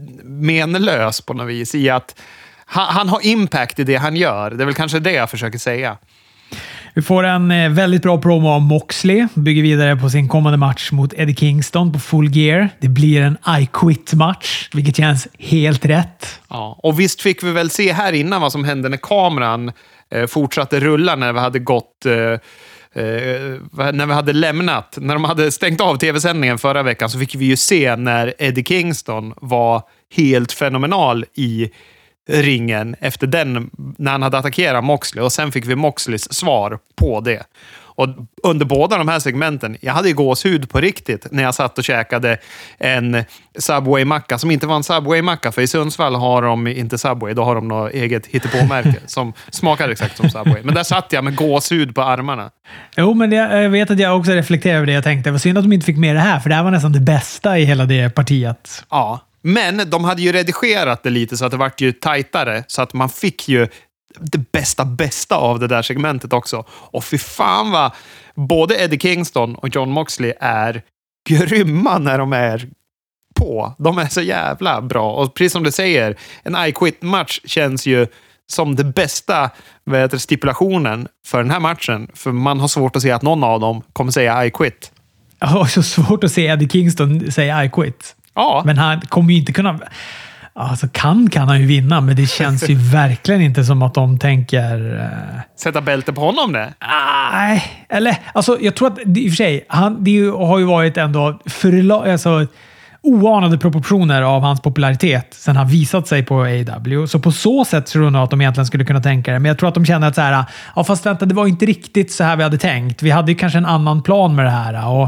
menlös på något vis i att han, han har impact i det han gör. Det är väl kanske det jag försöker säga. Vi får en eh, väldigt bra promo av Moxley. Bygger vidare på sin kommande match mot Eddie Kingston på Full Gear. Det blir en I Quit-match, vilket känns helt rätt. Ja, och visst fick vi väl se här innan vad som hände när kameran eh, fortsatte rulla när vi hade gått... Eh, Uh, när vi hade lämnat, när de hade stängt av tv-sändningen förra veckan, så fick vi ju se när Eddie Kingston var helt fenomenal i ringen efter den, när han hade attackerat Moxley, och sen fick vi Moxleys svar på det. Och under båda de här segmenten, jag hade ju gåshud på riktigt när jag satt och käkade en Subway-macka som inte var en Subway-macka, för i Sundsvall har de inte Subway, då har de något eget hittepåmärke som smakar exakt som Subway. Men där satt jag med gåshud på armarna. Jo, men jag, jag vet att jag också reflekterar över det. Jag tänkte, det var synd att de inte fick med det här, för det här var nästan det bästa i hela det partiet. Ja, men de hade ju redigerat det lite så att det vart ju tajtare, så att man fick ju det bästa bästa av det där segmentet också. Och fy fan vad både Eddie Kingston och Jon Moxley är grymma när de är på. De är så jävla bra. Och precis som du säger, en I Quit-match känns ju som det bästa, vad heter, stipulationen för den här matchen. För man har svårt att se att någon av dem kommer säga I quit. Jag har så svårt att se Eddie Kingston säga I quit. Ja. Men han kommer ju inte kunna... Alltså kan kan han ju vinna, men det känns ju verkligen inte som att de tänker... Uh... Sätta bälte på honom det? Nej, eller alltså jag tror att i och för sig, han, det ju, har ju varit ändå förla- alltså, oanade proportioner av hans popularitet sen han visat sig på A E W. Så på så sätt tror jag nog att de egentligen skulle kunna tänka det. Men jag tror att de känner att så här, ja fast vänta, det var inte riktigt så här vi hade tänkt. Vi hade ju kanske en annan plan med det här. Och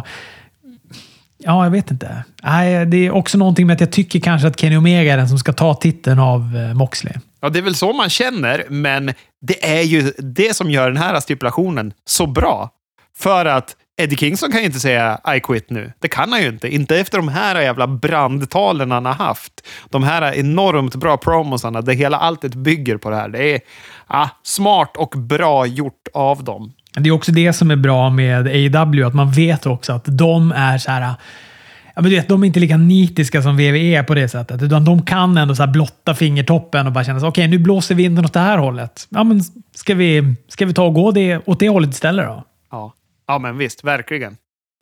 ja, jag vet inte. Nej, det är också någonting med att jag tycker kanske att Kenny Omega är den som ska ta titeln av eh, Moxley. Ja, det är väl så man känner, men det är ju det som gör den här stipulationen så bra. För att Eddie Kingston kan ju inte säga I quit nu. Det kan han ju inte. Inte efter de här jävla brandtalen han har haft. De här enormt bra promosarna, det hela alltet bygger på det här. Det är ja, smart och bra gjort av dem. Det är också det som är bra med A E W, att man vet också att de är så här... Ja, men du vet, de är inte lika nitiska som V V E på det sättet, utan de kan ändå så här blotta fingertoppen och bara känna så okej, okay, nu blåser vinden åt det här hållet. Ja, men ska vi, ska vi ta och gå det, åt det hållet istället då? Ja. Ja, men visst, verkligen.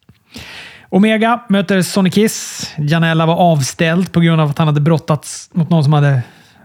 Omega möter Sonny Kiss. Janela var avställd på grund av att han hade brottats mot någon som hade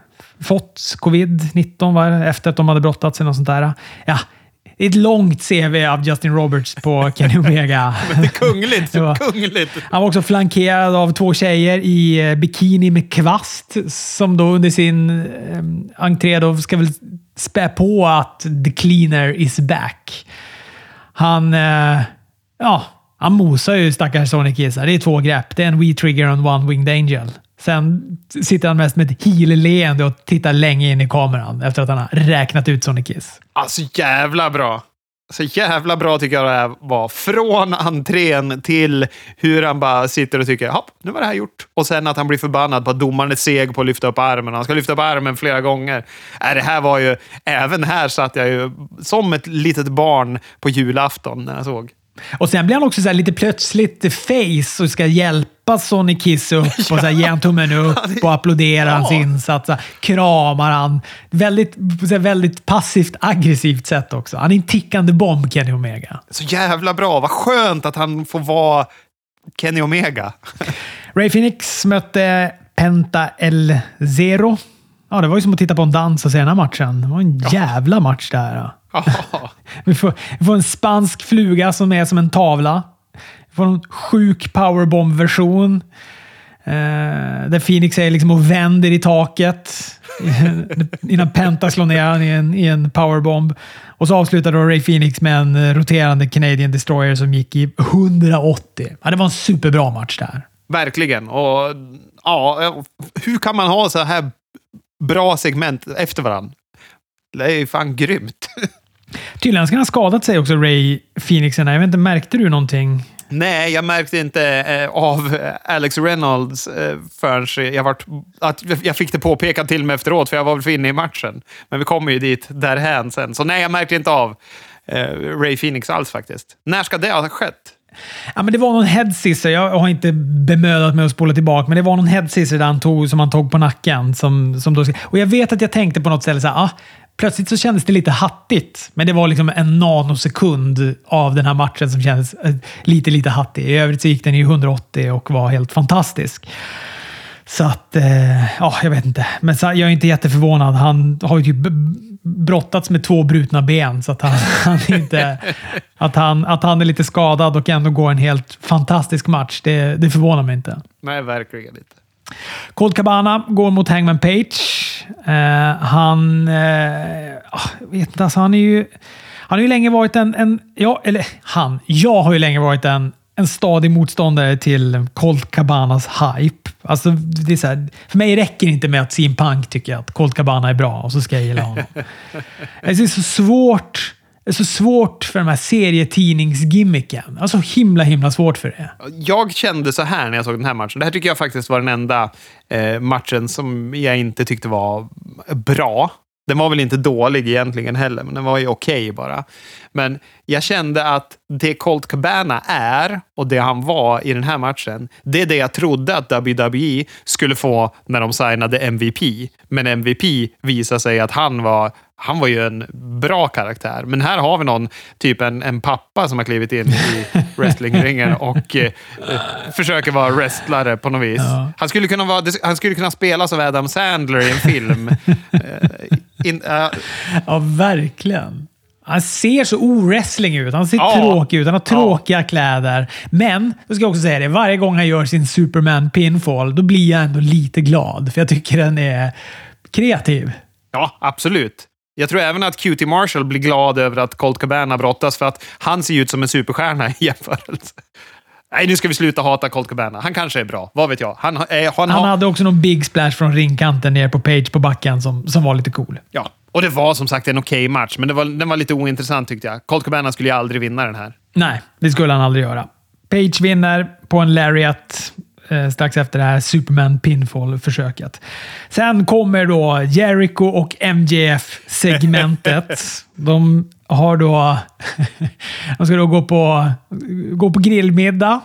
fått covid nitton var det, efter att de hade brottats eller något sånt där. Ja, ett långt C V av Justin Roberts på Kenny Omega. Men det är kungligt, det var kungligt. Han var också flankerad av två tjejer i bikini med kvast som då under sin eh, entré då ska väl spä på att the cleaner is back. Han, eh, ja, han mosar ju stackars Sonny Kiss. Det är två grepp. Det är en We-Trigger och en One-Winged Angel. Sen sitter han mest med ett heel-leende och tittar länge in i kameran efter att han har räknat ut Sonny Kiss. Alltså jävla bra. Så jävla bra tycker jag det här var. Från entrén till hur han bara sitter och tycker, ja, nu var det här gjort. Och sen att han blir förbannad på att domaren är seg på att lyfta upp armen. Han ska lyfta upp armen flera gånger. Äh, det här var ju, även här satt jag ju som ett litet barn på julafton när jag såg. Och sen blir han också så här lite plötsligt face och ska hjälpa Sonny Kiss upp och så här, ge han tummen upp och applådera ja. hans insats. Kramar han. Väldigt, så här, väldigt passivt aggressivt sätt också. Han är en tickande bomb, Kenny Omega. Så jävla bra. Vad skönt att han får vara Kenny Omega. Ray Phoenix mötte Penta El Zero. Ja, det var ju som att titta på en dans och se den här matchen. Det var en jävla match där. vi, får, vi får en spansk fluga som är som en tavla. Vi får en sjuk powerbomb-version. Eh, där Phoenix är liksom och vänder i taket. innan Penta slår ner han i en, i en powerbomb. Och så avslutar då Ray Phoenix med en roterande Canadian Destroyer som gick i hundraåttio. Ja, det var en superbra match där. Verkligen. Och ja, hur kan man ha så här bra segment efter varandra? Det är fan grymt. Tydligen ska han ha skadat sig också, Ray Phoenix. Jag vet inte, märkte du någonting? Nej, jag märkte inte eh, av Alex Reynolds eh, förrän jag, vart, att jag fick det påpekat till mig efteråt, för jag var väl för inne i matchen. Men vi kommer ju dit därhän sen. Så nej, jag märkte inte av eh, Ray Phoenix alls faktiskt. När ska det ha skett? Ja, men det var någon headsisser. Jag har inte bemödat mig att spola tillbaka, men det var någon headsisser där han tog, som han tog på nacken. Som, som då, och jag vet att jag tänkte på något ställe så här, ah, plötsligt så kändes det lite hattigt. Men det var liksom en nanosekund av den här matchen som kändes lite, lite hattig. I övrigt så gick den i hundraåttio och var helt fantastisk. Så att, eh, ja, jag vet inte. Men så, jag är inte jätteförvånad. Han har ju typ brottats med två brutna ben, så att han, han inte att han, att han är lite skadad och ändå går en helt fantastisk match. Det, det förvånar mig inte. Nej, verkligen inte. Colt Cabana går mot Hangman Page. match. Uh, han... Uh, vet inte, alltså han är ju... Han har ju länge varit en... en ja, eller han. Jag har ju länge varit en, en stadig motståndare till Colt Cabanas hype. Alltså, det är så här, för mig räcker det inte med att C M Punk tycker att Colt Cabana är bra och så ska jag gilla honom. Det är så svårt... Det är så svårt för de här serietidningsgimmicken. Alltså himla, himla svårt för det. Jag kände så här när jag såg den här matchen. Det här tycker jag faktiskt var den enda eh, matchen som jag inte tyckte var bra. Den var väl inte dålig egentligen heller, men den var ju okej okay bara. Men jag kände att det Colt Cabana är och det han var i den här matchen, det är det jag trodde att W W E skulle få när de signade M V P. Men M V P visade sig att han var han var ju en bra karaktär. Men här har vi någon, typ en, en pappa som har klivit in i wrestlingringen och eh, försöker vara wrestlare på något vis. Ja. Han skulle kunna vara, han skulle kunna spela som Adam Sandler i en film. in, uh. Ja, verkligen. Han ser så o-wrestling ut. Han ser ja. tråkig ut. Han har tråkiga ja. kläder. Men, då ska jag också säga det, varje gång han gör sin Superman pinfall, då blir jag ändå lite glad. För jag tycker den är kreativ. Ja, absolut. Jag tror även att Q T Marshall blir glad över att Colt Cabana brottas för att han ser ut som en superstjärna i jämförelse. Nej, nu ska vi sluta hata Colt Cabana. Han kanske är bra. Vad vet jag? Han, eh, han, han hade också någon big splash från ringkanten ner på Page på backen som, som var lite cool. Ja, och det var som sagt en okej match, men det var, den var lite ointressant tyckte jag. Colt Cabana skulle ju aldrig vinna den här. Nej, det skulle han aldrig göra. Page vinner på en lariat eh, strax efter det här Superman pinfall-försöket. Sen kommer då Jericho och M J F-segmentet. De har då... de ska då gå på, gå på grillmiddag.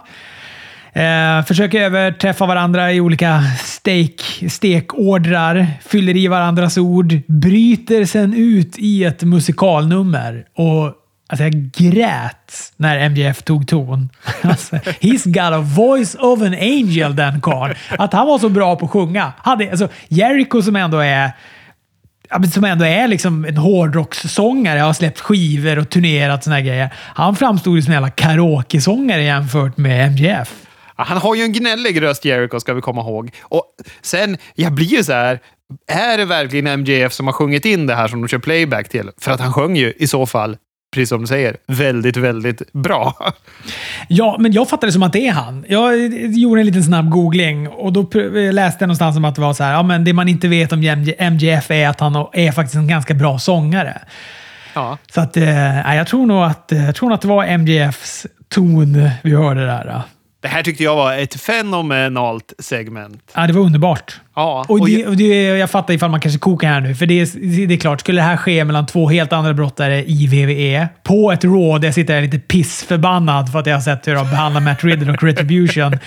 Eh, försöker överträffa varandra i olika steak, stekordrar. Fyller i varandras ord. Bryter sen ut i ett musikalnummer. Och alltså jag grät när M J F tog ton. Alltså, he's got a voice of an angel, den karln. Att han var så bra på att sjunga. Hade, alltså, Jericho som ändå är som ändå är liksom en hårdrockssångare, har släppt skivor och turnerat såna här grejer. Han framstod ju som en jävla karaoke-sångare jämfört med M J F. Han har ju en gnällig röst, Jericho, ska vi komma ihåg. Och sen, jag blir ju så här, är det verkligen M J F som har sjungit in det här som de kör playback till? För att han sjöng ju i så fall, precis som du säger, väldigt, väldigt bra. Ja, men jag fattade det som att det är han. Jag gjorde en liten snabb googling och då läste jag någonstans om att det var så här, ja men det man inte vet om M J F är att han är faktiskt en ganska bra sångare. Ja. Så att, eh, jag tror nog att, jag tror nog att det var M J Fs ton vi hörde där. Det här tyckte jag var ett fenomenalt segment. Ja, det var underbart. Ja, och och det, och det, jag fattar ifall man kanske kokar här nu. För det är, det är klart, skulle det här ske mellan två helt andra brottare i V V E på ett Raw där jag sitter här lite pissförbannad för att jag har sett hur de behandlar Matt Riddle och Retribution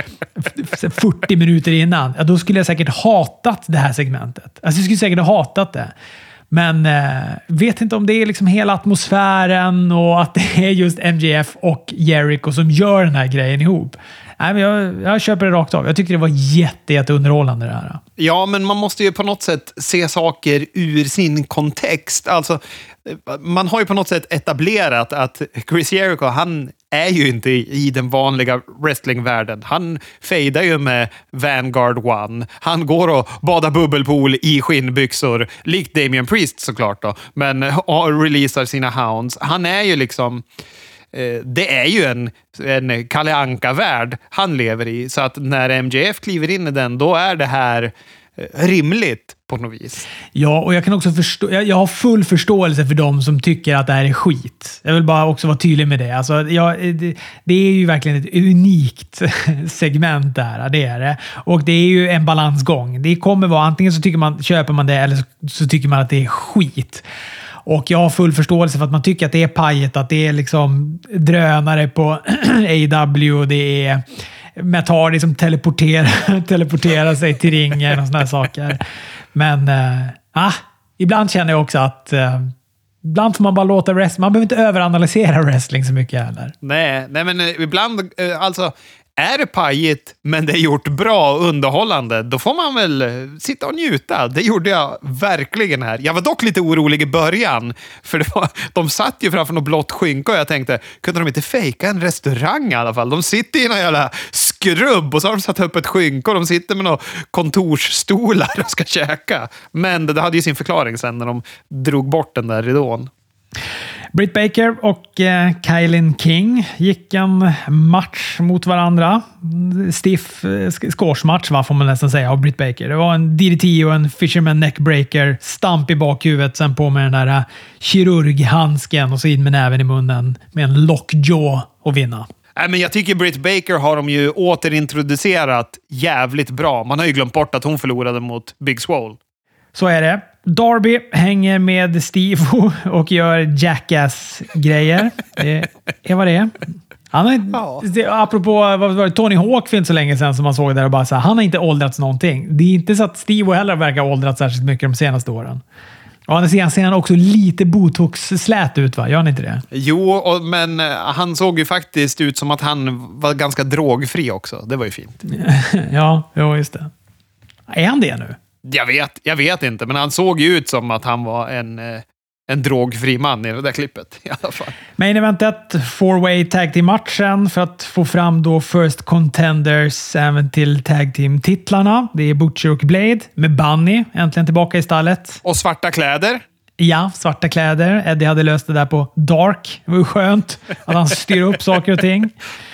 fyrtio minuter innan. Ja, då skulle jag säkert hatat det här segmentet. Alltså jag skulle säkert ha hatat det. Men eh, vet inte om det är liksom hela atmosfären och att det är just M J F och Jericho som gör den här grejen ihop. Nej, men jag, jag köper det rakt av. Jag tycker det var jätte, jätte underhållande det här. Ja, men man måste ju på något sätt se saker ur sin kontext. Alltså, man har ju på något sätt etablerat att Chris Jericho, han är ju inte i den vanliga wrestlingvärlden. Han fejdar ju med Vanguard One. Han går och badar bubbelpool i skinnbyxor, likt Damian Priest såklart då, men och releasar sina hounds. Han är ju liksom... Det är ju en, en Kalle Anka-värld han lever i. Så att när M J F kliver in i den, då är det här rimligt på något vis. Ja, och jag kan också förstå, jag, jag har full förståelse för dem som tycker att det här är skit. Jag vill bara också vara tydlig med det. Alltså, ja, det, det är ju verkligen ett unikt segment där. Det är det. Och det är ju en balansgång. Det kommer vara, antingen så tycker man, köper man det eller så, så tycker man att det är skit. Och jag har full förståelse för att man tycker att det är pajet, att det är liksom drönare på A W och det är Matt Hardy som teleporterar, teleporterar sig till ringen och såna här saker. Men äh, ah, ibland känner jag också att äh, ibland får man bara låta wrestling. Man behöver inte överanalysera wrestling så mycket heller. Nej, nej men ibland, alltså är det pajigt men det är gjort bra och underhållande, då får man väl sitta och njuta. Det gjorde jag verkligen här. Jag var dock lite orolig i början, för det var, de satt ju framför något blått skynke och jag tänkte, kunde de inte fejka en restaurang i alla fall? De sitter i någon jävla skrubb och så har de satt upp ett skynke och de sitter med några kontorsstolar och ska käka. Men det, det hade ju sin förklaring sen när de drog bort den där ridån. Britt Baker och eh, Kailin King gick en match mot varandra. Stiff eh, squashmatch, va, får man nästan säga, av Britt Baker. Det var en D D T och en Fisherman Neckbreaker. Stamp i bakhuvudet, sen på med den där uh, kirurghandsken och så in med näven i munnen med en lockjaw och vinna. Nej, men jag tycker Britt Baker har de ju återintroducerat jävligt bra. Man har ju glömt bort att hon förlorade mot Big Swole. Så är det. Darby hänger med Steve och gör Jackass-grejer. Det är vad det är. Han har, ja. det, apropå vad var det, Tony Hawk för inte så länge sedan som man såg där och bara så här, han har inte åldrats någonting. Det är inte så att Steve heller verkar ha åldrats särskilt mycket de senaste åren. Och han ser han också lite botox-slät ut, va? Gör han inte det? Jo, och, men han såg ju faktiskt ut som att han var ganska drogfri också. Det var ju fint. Ja, jo, just det. Är han det nu? Jag vet, jag vet inte, men han såg ju ut som att han var en, en drogfri man i det där klippet i alla fall. Main eventet, four-way tag team-matchen för att få fram då first contenders även till tag team-titlarna. Det är Butcher och Blade med Bunny äntligen tillbaka i stallet. Och svarta kläder. Ja, svarta kläder. Eddie hade löst det där på Dark. Det var skönt att han styr upp saker och ting.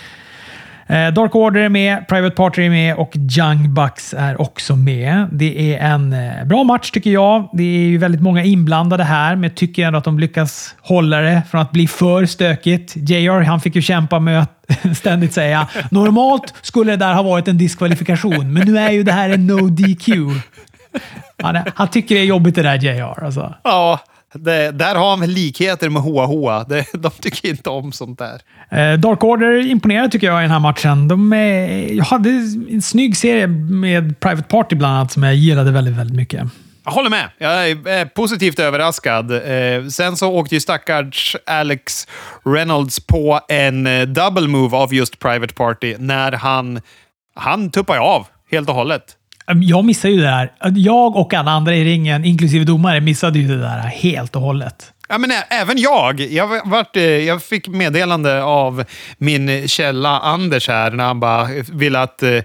Dark Order är med, Private Party är med och Young Bucks är också med. Det är en bra match tycker jag. Det är ju väldigt många inblandade här, men jag tycker ändå att de lyckas hålla det från att bli för stökigt. J R, han fick ju kämpa med att ständigt säga normalt skulle det där ha varit en diskvalifikation, men nu är ju det här en no D Q. Han, han tycker det är jobbigt det där, J R. Alltså. Ja. Det, där har han likheter med H H. Det, de tycker inte om sånt där. Eh, Dark Order imponerar tycker jag i den här matchen. De är, jag hade en snygg serie med Private Party bland annat som jag gillade väldigt, väldigt mycket. Jag håller med. Jag är positivt överraskad. Eh, sen så åkte ju stackars Alex Reynolds på en double move av just Private Party när han, han tuppade av helt och hållet. Jag missade ju det där. Jag och alla andra i ringen, inklusive domare, missade ju det där helt och hållet. Ja, men även jag. Jag, vart, jag fick meddelande av min källa Anders här när han bara ville att eh,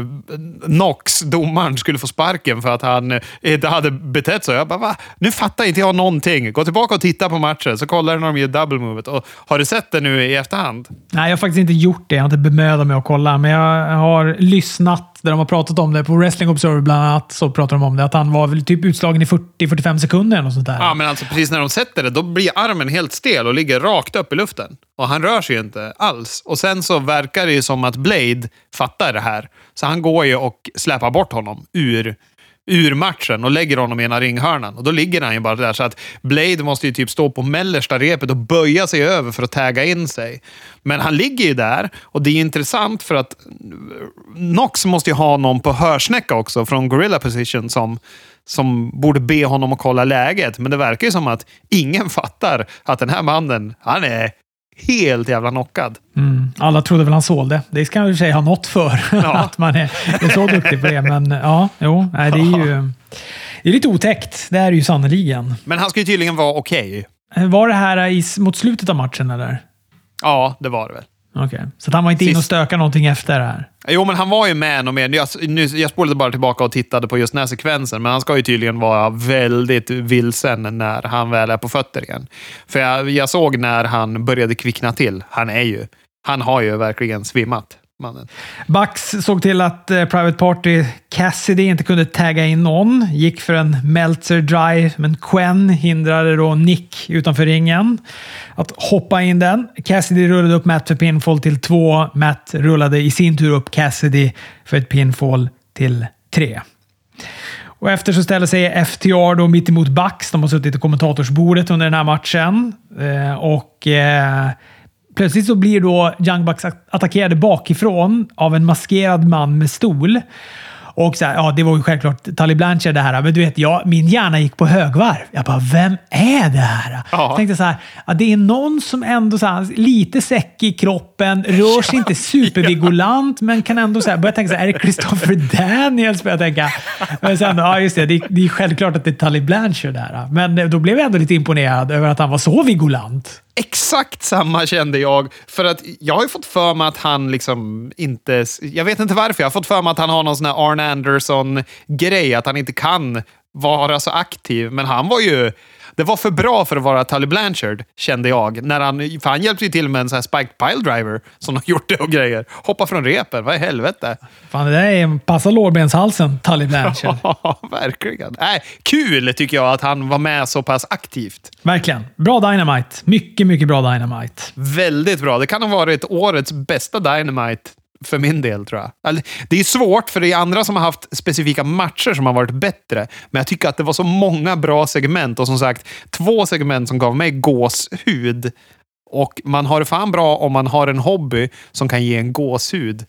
Nox, domaren, skulle få sparken för att han inte hade betett sig. Jag bara, va? Nu fattar inte jag någonting. Gå tillbaka och titta på matchen så kollar när de gör double movet. Och har du sett det nu i efterhand? Nej, jag har faktiskt inte gjort det. Jag har inte bemödat mig att kolla, men jag har lyssnat där de har pratat om det. På Wrestling Observer bland annat så pratar de om det. Att han var väl typ utslagen i fyrtio till fyrtiofem sekunder och sånt där. Ja, men alltså precis när de sätter det, då blir armen helt stel och ligger rakt upp i luften. Och han rör sig ju inte alls. Och sen så verkar det ju som att Blade fattar det här. Så han går ju och släpar bort honom ur, ur matchen och lägger honom i ena ringhörnan. Och då ligger han ju bara där. Så att Blade måste ju typ stå på mellersta repet och böja sig över för att tagga in sig. Men han ligger ju där. Och det är intressant för att Nox måste ju ha någon på hörsnäcka också från Gorilla Position som som borde be honom att kolla läget. Men det verkar ju som att ingen fattar att den här mannen, han är helt jävla knockad. Mm. Alla trodde väl han sålde. Det ska jag ju säga ha något för. Ja. Att man är, är så duktig på det. Men ja, jo, nej, det är ju det är lite otäckt. Det är ju sannoliken. Men han ska ju tydligen vara okej. Okay. Var det här i, mot slutet av matchen eller? Ja, det var det väl. Okej, okay. Så han var inte Sist... in och stöka någonting efter det här? Jo, men han var ju med och med. Jag, nu, jag spolade bara tillbaka och tittade på just den här sekvensen, men han ska ju tydligen vara väldigt vilsen när han väl är på fötter igen. För jag, jag såg när han började kvickna till. Han är ju, han har ju verkligen svimmat, mannen. Bucks såg till att eh, Private Party Cassidy inte kunde tagga in någon. Gick för en Meltzer drive, men Quen hindrade då Nick utanför ringen att hoppa in den. Cassidy rullade upp Matt för pinfall till två. Matt rullade i sin tur upp Cassidy för ett pinfall till tre. Och efter så ställer sig F T R då mitt emot Bucks. De har suttit i kommentatorsbordet under den här matchen. Eh, och... Eh, Plötsligt så blir då Young Bucks attackerade bakifrån av en maskerad man med stol. Och så här, ja, det var ju självklart Tully Blanchard det här. Men du vet, jag, min hjärna gick på högvarv. Jag bara, vem är det här? Ja. Jag tänkte så här, ja, det är någon som ändå så här, lite säck i kroppen, rör sig inte supervigolant, men kan ändå så här, börja tänka så här, är det Christopher Daniels? Börja tänka. Men sen, ja just det, det, det är självklart att det är Tully Blanchard där. Men då blev jag ändå lite imponerad över att han var så vigolant. Exakt samma kände jag. För att jag har ju fått för mig att han liksom inte... Jag vet inte varför. Jag har fått för mig att han har någon sån här Arn Anderson-grej. Att han inte kan vara så aktiv. Men han var ju... Det var för bra för att vara Tully Blanchard, kände jag. När han, för han hjälpte ju till med en sån här spiked pile driver som de gjorde och grejer. Hoppa från repen, vad i helvete? Fan, det där är passa lårbenshalsen, Tully Blanchard. Ja, verkligen. Nej, kul tycker jag att han var med så pass aktivt. Verkligen. Bra Dynamite. Mycket, mycket bra Dynamite. Väldigt bra. Det kan ha varit årets bästa Dynamite för min del, tror jag. Det är svårt, för det är andra som har haft specifika matcher som har varit bättre. Men jag tycker att det var så många bra segment. Och som sagt, två segment som gav mig gåshud. Och man har det fan bra om man har en hobby som kan ge en gåshud.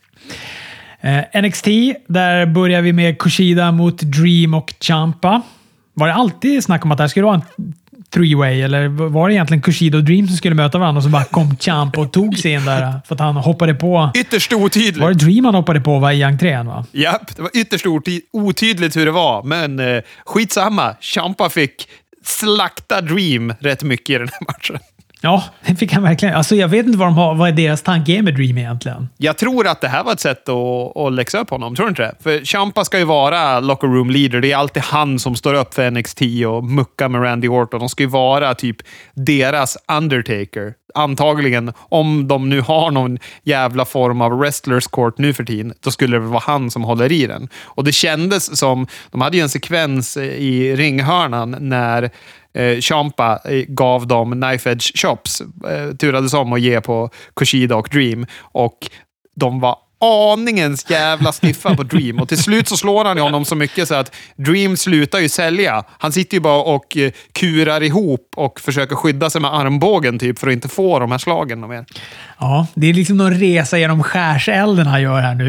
Eh, N X T, där börjar vi med Kushida mot Dream och Ciampa. Var det alltid snack om att det här skulle vara en three-way, eller var det egentligen Kushida och Dream som skulle möta varandra och så bara kom Ciampa och tog sig in där för att han hoppade på... Ytterst otydligt. Var det Dream han hoppade på var i entrén, va? Japp, det var ytterst otydligt hur det var, men eh, skitsamma. Ciampa fick slakta Dream rätt mycket i den här matchen. Ja, det fick han verkligen. Alltså, jag vet inte vad, de har, vad är deras tanke är med Dream egentligen. Jag tror att det här var ett sätt att, att läxa upp honom, tror du inte det? För Ciampa ska ju vara locker room leader. Det är alltid han som står upp för N X T och muckar med Randy Orton. De ska ju vara typ deras Undertaker. Antagligen, om de nu har någon jävla form av wrestlers court nu för tiden, då skulle det vara han som håller i den. Och det kändes som, de hade ju en sekvens i ringhörnan när eh, Ciampa gav dem knife edge chops, eh, turades om att ge på Kushida och Dream, och de var aningens jävla stiffa på Dream. Och till slut så slår han honom så mycket så att Dream slutar ju sälja. Han sitter ju bara och eh, kurar ihop och försöker skydda sig med armbågen typ för att inte få de här slagen mer. Ja, det är liksom någon resa genom skärselden han gör här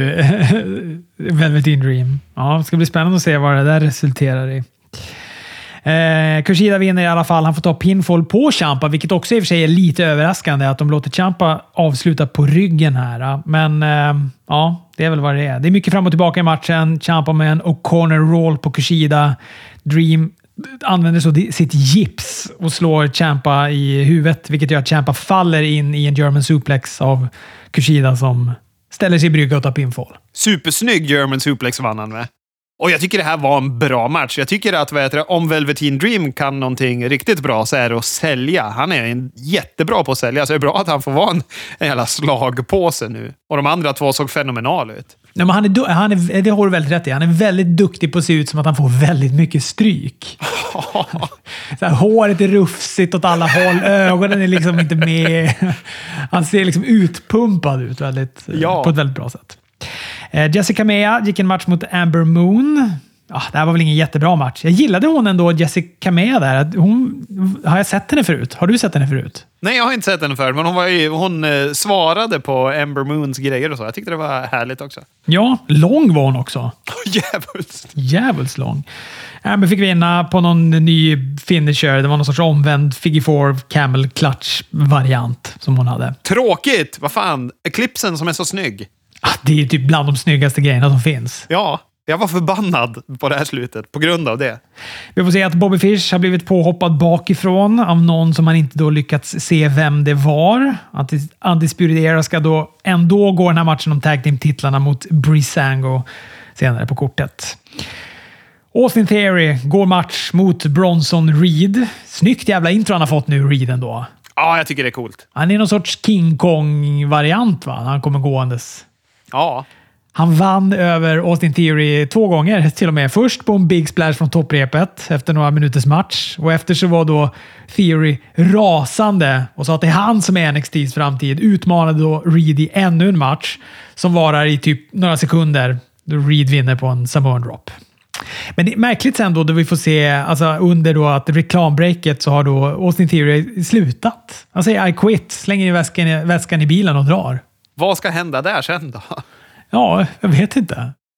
nu. Velveteen Dream. Ja, det ska bli spännande att se vad det där resulterar i. Eh, Kushida vinner i alla fall. Han får ta pinfall på Ciampa, vilket också i och för sig är lite överraskande att de låter Ciampa avsluta på ryggen här. Men eh, ja, det är väl vad det är. Det är mycket fram och tillbaka i matchen. Ciampa med en O'Connor roll på Kushida. Dream använder så sitt gips och slår Ciampa i huvudet, vilket gör att Ciampa faller in i en German suplex av Kushida som ställer sig i brygga och tar pinfall. Supersnygg German suplex vann han med. Och jag tycker det här var en bra match. Jag tycker att vad heter det, om Velveteen Dream kan någonting riktigt bra så är det att sälja. Han är en jättebra på att sälja, så det är bra att han får vara en, en jävla slagpåse nu. Och de andra två såg fenomenal ut. Nej, men han är, han är, det har du väldigt rätt i. Han är väldigt duktig på att se ut som att han får väldigt mycket stryk. Så här, håret är rufsigt åt alla håll. Ögonen är liksom inte med. Han ser liksom utpumpad ut väldigt, ja. på ett väldigt bra sätt. Jessica Mea gick en match mot Amber Moon. Ah, det här var väl ingen jättebra match. Jag gillade hon ändå, Jessica Mea där. Hon, har jag sett henne förut? Har du sett henne förut? Nej, jag har inte sett henne förut, men hon, var ju, hon eh, svarade på Amber Moons grejer och så. Jag tyckte det var härligt också. Ja, lång var hon också. Djävulskt. Djävulskt lång. Amber fick vinna på någon ny finisher. Det var någon sorts omvänd figure four camel clutch-variant som hon hade. Tråkigt! Vad fan? Eclipsen som är så snygg. Ah, det är typ bland de snyggaste grejerna som finns. Ja, jag var förbannad på det här slutet på grund av det. Vi får se att Bobby Fish har blivit påhoppad bakifrån av någon som man inte då lyckats se vem det var. Undisputed Era ska då ändå gå den här matchen om tag team-titlarna mot Breezango senare på kortet. Austin Theory går match mot Bronson Reed. Snyggt jävla intro han har fått nu, Reed ändå. Ja, jag tycker det är coolt. Han är någon sorts King Kong-variant, va? När han kommer gåendes. Ja. Han vann över Austin Theory två gånger till och med. Först på en big splash från topprepet efter några minuters match. Och efter så var då Theory rasande och sa att det är han som är N X T:s framtid. Utmanade då Reed i ännu en match som varar i typ några sekunder. Då Reed vinner på en Samoan drop. Men det är märkligt sen då, då vi får se alltså under då att reklambreaket så har då Austin Theory slutat. Han säger I quit, slänger i väskan, väskan i bilen och drar. Vad ska hända där sen då? Ja, jag vet inte.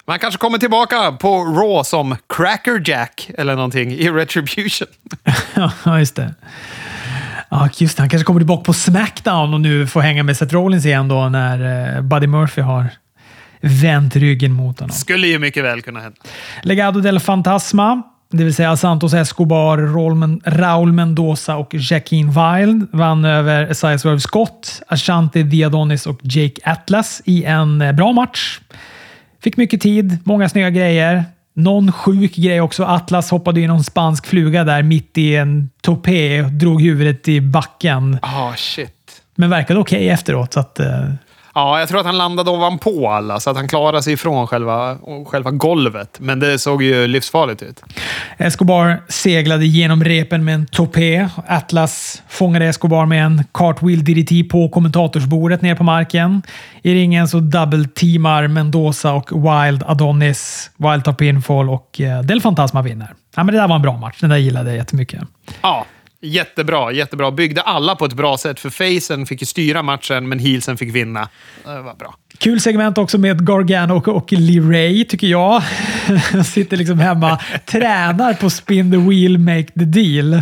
Man kanske kommer tillbaka på Raw som Cracker Jack eller någonting i Retribution. Ja, just det. Ja, just det. Han kanske kommer tillbaka på SmackDown och nu får hänga med Seth Rollins igen då när Buddy Murphy har vänt ryggen mot honom. Skulle ju mycket väl kunna hända. Legado del Fantasma, det vill säga Santos Escobar, Raul Mendoza och Joaquin Wilde vann över Isaiah Swerve Scott, Ashanti Diadonis och Jake Atlas i en bra match. Fick mycket tid, många snygga grejer. Någon sjuk grej också. Atlas hoppade i någon spansk fluga där mitt i en topé och drog huvudet i backen. Ah, oh, shit. Men verkade okej okay efteråt. Så att, uh... Ja, jag tror att han landade ovanpå alla så att han klarade sig ifrån själva, själva golvet. Men det såg ju livsfarligt ut. Escobar seglade genom repen med en topé. Atlas fångade Escobar med en cartwheel D D T på kommentatorsbordet ner på marken. I ringen så double-teamar Mendoza och Wild Adonis. Wild tar pinfall och uh, Del Fantasma vinner. Ja, men det där var en bra match. Den där gillade jag jättemycket. Ja. Jättebra, jättebra. Byggde alla på ett bra sätt för facen fick ju styra matchen men heelsen fick vinna. Det var bra. Kul segment också med Gargano och, och Lee Ray tycker jag. Sitter liksom hemma, tränar på spin the wheel, make the deal.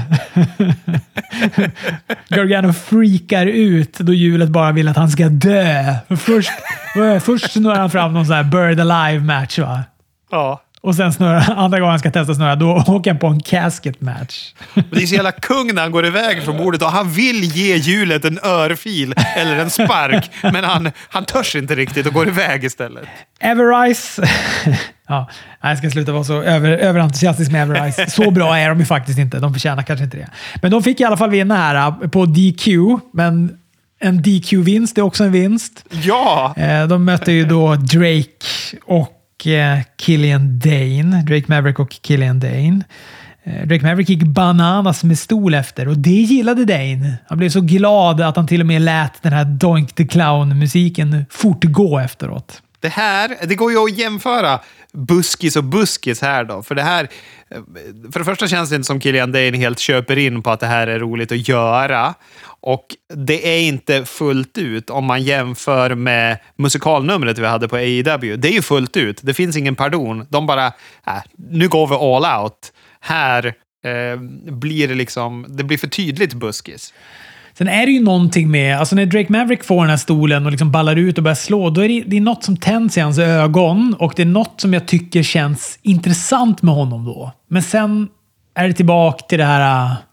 Gargano freakar ut då hjulet bara vill att han ska dö. Först, först snurrar han fram någon sån här Bird Alive match, va? Ja. Och sen snurra, andra gången han ska testa snurra, då åker han på en casket match. Det är så jävla kung när han går iväg från bordet och han vill ge hjulet en örfil eller en spark, men han, han törs inte riktigt och går iväg istället. Everrise. Ja, jag ska sluta vara så över, överentusiastisk med Everrise. Så bra är de ju faktiskt inte. De förtjänar kanske inte det. Men de fick i alla fall vinna här på D Q, men en D Q-vinst är också en vinst. Ja! De mötte ju då Drake och Killian Dane. Drake Maverick och Killian Dane. Drake Maverick gick bananas med stol efter och det gillade Dane. Han blev så glad att han till och med lät den här Doink the Clown-musiken fortgå efteråt. Det här, det går ju att jämföra buskis och buskis här då. För det här, för det första känns det inte som Killian Dane helt köper in på att det här är roligt att göra. Och det är inte fullt ut om man jämför med musikalnumret vi hade på A E W. Det är ju fullt ut. Det finns ingen pardon. De bara, äh, nu går vi all out. Här eh, blir det liksom, det blir för tydligt buskis. Sen är det ju någonting med, alltså när Drake Maverick får den här stolen och liksom ballar ut och börjar slå, då är det, det är något som tänds i hans ögon och det är något som jag tycker känns intressant med honom då. Men sen är det tillbaka till det här uh,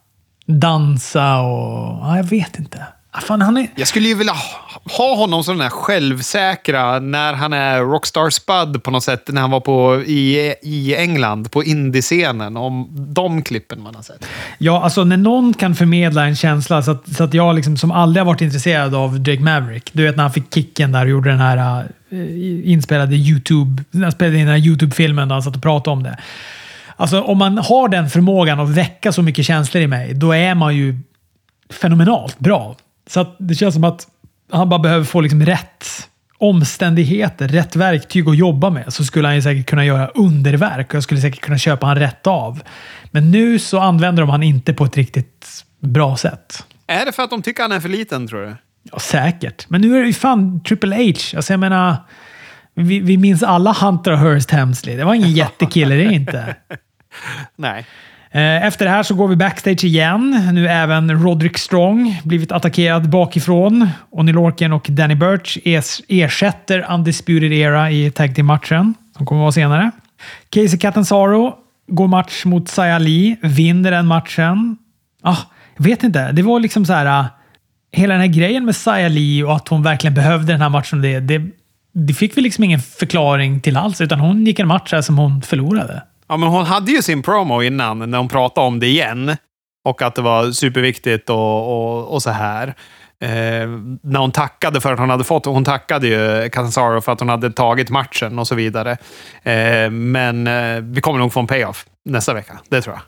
dansa och, ja, jag vet inte. Ah, fan, han är... Jag skulle ju vilja ha honom som den här självsäkra när han är Rockstar Spud på något sätt när han var på i, i England på indie-scenen, om de klippen man har sett. Ja, alltså när någon kan förmedla en känsla så att, så att jag liksom, som aldrig har varit intresserad av Drake Maverick, du vet när han fick kicken där och gjorde den här uh, inspelade YouTube, han spelade in den här YouTube-filmen där han satt och pratade om det. Alltså om man har den förmågan att väcka så mycket känslor i mig, då är man ju fenomenalt bra. Så att det känns som att han bara behöver få liksom rätt omständigheter, rätt verktyg att jobba med. Så skulle han ju säkert kunna göra underverk och jag skulle säkert kunna köpa han rätt av. Men nu så använder de han inte på ett riktigt bra sätt. Är det för att de tycker han är för liten, tror du? Ja, säkert. Men nu är det ju fan Triple H. Alltså jag menar, vi, vi minns alla Hunter Hearst Helmsley. Det var ingen jättekille, det är inte. Nej. Efter det här så går vi backstage igen. Nu även Roderick Strong blivit attackerad bakifrån. Oney Lorcan och Danny Burch ersätter Undisputed Era i tag team-matchen. Som kommer att vara senare. Casey Catanzaro går match mot Xia Li. Vinner den matchen. Ah, jag vet inte. Det var liksom så här... Hela den här grejen med Xia Li och att hon verkligen behövde den här matchen. Det, det, det fick vi liksom ingen förklaring till alls. Utan hon gick en match här som hon förlorade. Ja, men hon hade ju sin promo innan när hon pratade om det igen. Och att det var superviktigt och, och, och så här. Eh, när hon tackade för att hon hade fått... Hon tackade ju Catanzaro för att hon hade tagit matchen och så vidare. Eh, men eh, vi kommer nog få en payoff nästa vecka. Det tror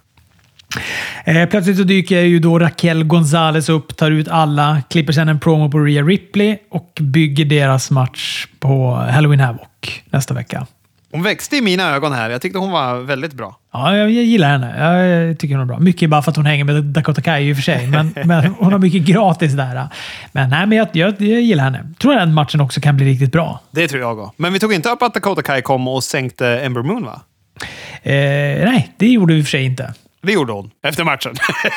jag. Eh, plötsligt så dyker ju då Raquel Gonzalez upp, tar ut alla, klipper sedan en promo på Rhea Ripley och bygger deras match på Halloween Havoc nästa vecka. Hon växte i mina ögon här. Jag tyckte hon var väldigt bra. Ja, jag, jag gillar henne. Jag tycker hon är bra. Mycket bara för att hon hänger med Dakota Kai i och för sig. Men, men hon har mycket gratis där. Men, nej, men jag, jag, jag gillar henne. Tror den matchen också kan bli riktigt bra. Det tror jag också. Men vi tog inte upp att Dakota Kai kom och sänkte Ember Moon, va? Eh, nej, det gjorde vi i och för sig inte. Det gjorde hon efter matchen.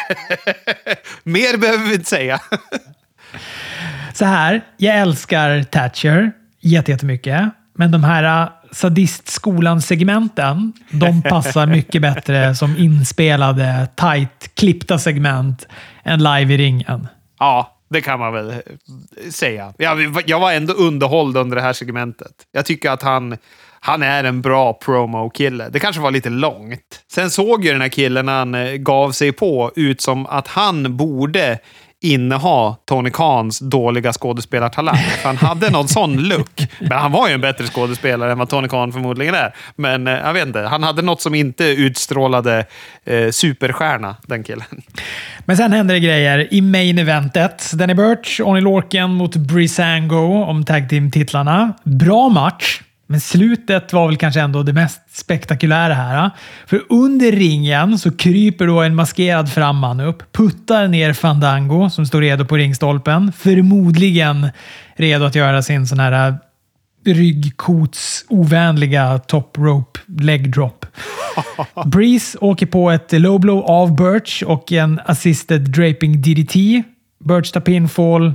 Mer behöver vi inte säga. Så här, jag älskar Thatcher jättemycket. Men de här sadistskolan-segmenten, de passar mycket bättre som inspelade, tight, klippta segment än live i ringen. Ja, det kan man väl säga. Jag, jag var ändå underhålld under det här segmentet. Jag tycker att han, han är en bra promo-kille. Det kanske var lite långt. Sen såg ju den här killen han gav sig på ut som att han borde inneha Tony Khans dåliga skådespelartalang. För han hade någon sån look. Men han var ju en bättre skådespelare än vad Tony Khan förmodligen är. Men eh, jag vet inte. Han hade något som inte utstrålade eh, superstjärna, den killen. Men sen händer det grejer i main eventet. Danny Burch, Oney Lorcan mot Breezango om tag team-titlarna. Bra match. Men slutet var väl kanske ändå det mest spektakulära här. För under ringen så kryper då en maskerad framman upp, puttar ner Fandango som står redo på ringstolpen. Förmodligen redo att göra sin sån här ryggkots ovänliga top rope leg drop. Breeze åker på ett low blow av Burch och en assisted draping D D T. Burch tar pinfall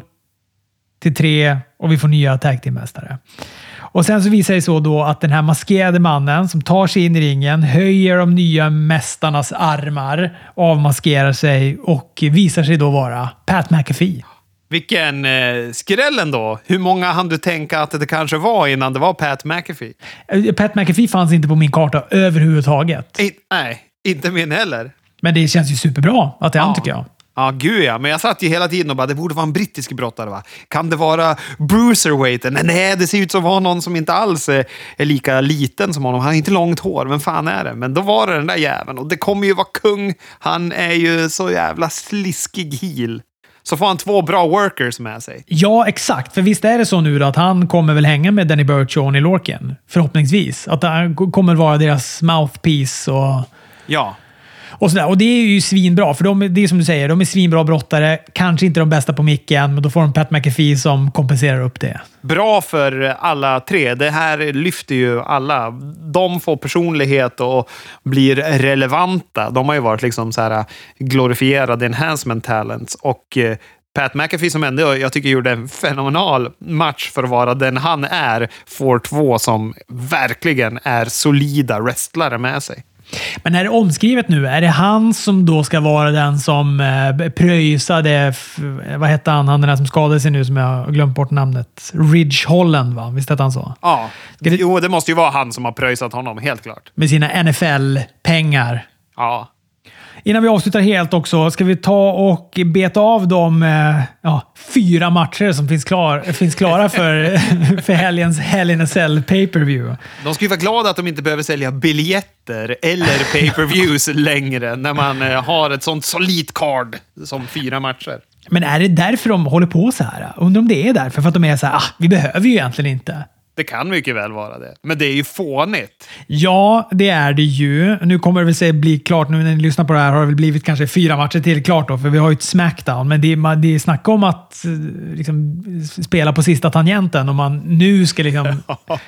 till tre och vi får nya tag team-mästare. Och sen så visar det så då att den här maskerade mannen som tar sig in i ringen höjer de nya mästarnas armar, avmaskerar sig och visar sig då vara Pat McAfee. Vilken eh, skräll ändå. Hur många hann du tänka att det kanske var innan det var Pat McAfee? Pat McAfee fanns inte på min karta överhuvudtaget. I, nej, inte min heller. Men det känns ju superbra att det är han, tycker jag. Ja, gud ja. Men jag satt ju hela tiden och bara, det borde vara en brittisk brottare, va? Kan det vara Bruiserweighten? Nej, det ser ut som att vara någon som inte alls är, är lika liten som honom. Han har inte långt hår. Vem fan är det? Men då var det den där jäveln. Och det kommer ju vara kung. Han är ju så jävla sliskig heel. Så får han två bra workers med sig. Ja, exakt. För visst är det så nu då att han kommer väl hänga med Danny Burch och Oney Lorcan. Förhoppningsvis. Att han kommer vara deras mouthpiece och... Ja. Och, sådär. Och det är ju svinbra, för de, det är som du säger, de är svinbra brottare. Kanske inte de bästa på micken, men då får de Pat McAfee som kompenserar upp det. Bra för alla tre. Det här lyfter ju alla. De får personlighet och blir relevanta. De har ju varit liksom så här glorifierade enhancement talents. Och eh, Pat McAfee som ändå, jag tycker, gjorde en fenomenal match för att vara den han är, får två som verkligen är solida wrestlare med sig. Men är det omskrivet nu? Är det han som då ska vara den som eh, pröjsade, f- vad heter han, han den där som skadade sig nu som jag har glömt bort namnet? Ridge Holland, va? Visst heter han så? Ja, det... jo, det måste ju vara han som har pröjsat honom, helt klart. Med sina N F L-pengar. Ja. Innan vi avslutar helt också, ska vi ta och beta av de eh, ja, fyra matcher som finns, klar, finns klara för, för helgens Hell in a Cell pay-per-view. De ska ju vara glada att de inte behöver sälja biljetter eller pay-per-views längre när man eh, har ett sånt solid card som fyra matcher. Men är det därför de håller på så här? Undrar om det är därför, för att de är så här, ah, vi behöver ju egentligen inte. Det kan mycket väl vara det. Men det är ju fånigt. Ja, det är det ju. Nu kommer det väl se bli klart. Nu när ni lyssnar på det här har det väl blivit kanske fyra matcher till klart då. För vi har ju ett Smackdown. Men det är, det är snack om att liksom, spela på sista tangenten. Om man nu ska liksom,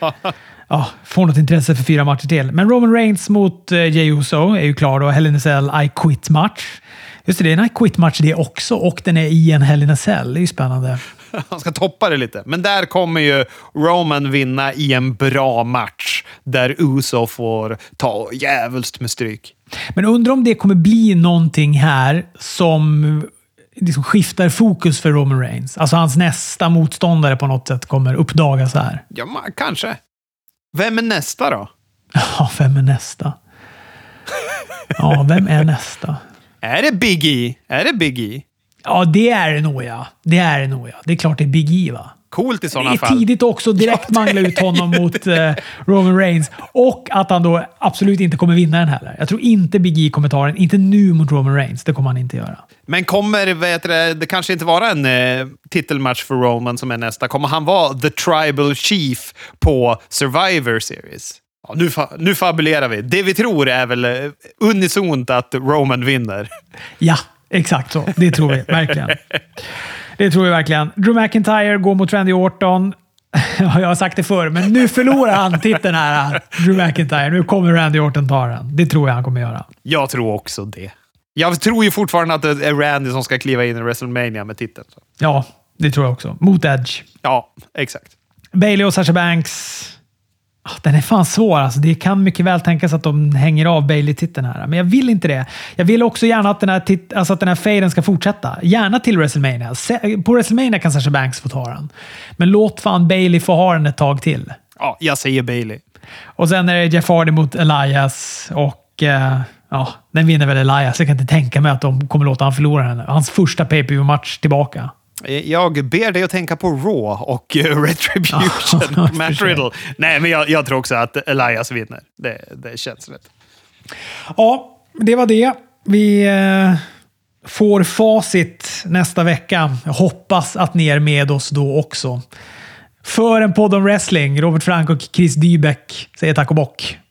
ja, få något intresse för fyra matcher till. Men Roman Reigns mot uh, Jey Uso är ju klar då. Hell in a Cell I Quit-match. Just det, det är en I Quit-match det också. Och den är i en Hell in a Cell. Det är ju spännande. Han ska toppa det lite. Men där kommer ju Roman vinna i en bra match. Där Uso får ta jävulst med stryk. Men undrar om det kommer bli någonting här som liksom skiftar fokus för Roman Reigns. Alltså hans nästa motståndare på något sätt kommer uppdagas här. Ja, man, kanske. Vem är nästa då? Ja, vem är nästa? Ja, vem är nästa? Är det Big E? Är det Big E? Ja, det är det nog, ja. Det är det nog, ja. Det är klart det är Big E, va? Coolt i sådana fall. Det är fall. Tidigt också direkt ja, mangla ut honom mot uh, Roman Reigns. Och att han då absolut inte kommer vinna den heller. Jag tror inte Big E kommer ta den. Inte nu mot Roman Reigns. Det kommer han inte göra. Men kommer, vet du, det kanske inte vara en eh, titelmatch för Roman som är nästa. Kommer han vara the tribal chief på Survivor Series? Ja, nu, fa- nu fabulerar vi. Det vi tror är väl eh, unisont att Roman vinner. Ja, exakt så. Det tror vi verkligen. Det tror vi verkligen. Drew McIntyre går mot Randy Orton. Jag har sagt det förr, men nu förlorar han titeln här. Drew McIntyre. Nu kommer Randy Orton ta den. Det tror jag han kommer göra. Jag tror också det. Jag tror ju fortfarande att det är Randy som ska kliva in i WrestleMania med titeln. Ja, det tror jag också. Mot Edge. Ja, exakt. Bayley och Sasha Banks. Oh, den är fan svår. Alltså, det kan mycket väl tänkas att de hänger av Bayley-titeln här. Men jag vill inte det. Jag vill också gärna att den här, tit- alltså att den här fejden ska fortsätta. Gärna till WrestleMania. Se- på WrestleMania kan Sasha Banks få ta den. Men låt fan Bayley få ha den ett tag till. Ja, jag säger Bayley. Och sen är det Jeff Hardy mot Elias. Och eh, ja, den vinner väl Elias. Jag kan inte tänka mig att de kommer låta han förlora den. Hans första pay-per-view-match tillbaka. Jag ber dig att tänka på Raw och uh, Retribution. Matt Riddle. Nej, men jag, jag tror också att Elias vinner. Det, det känns rätt. Ja, det var det. Vi eh, får facit nästa vecka. Jag hoppas att ni är med oss då också. För en podd om wrestling, Robert Frank och Chris Dybeck säger tack och bock.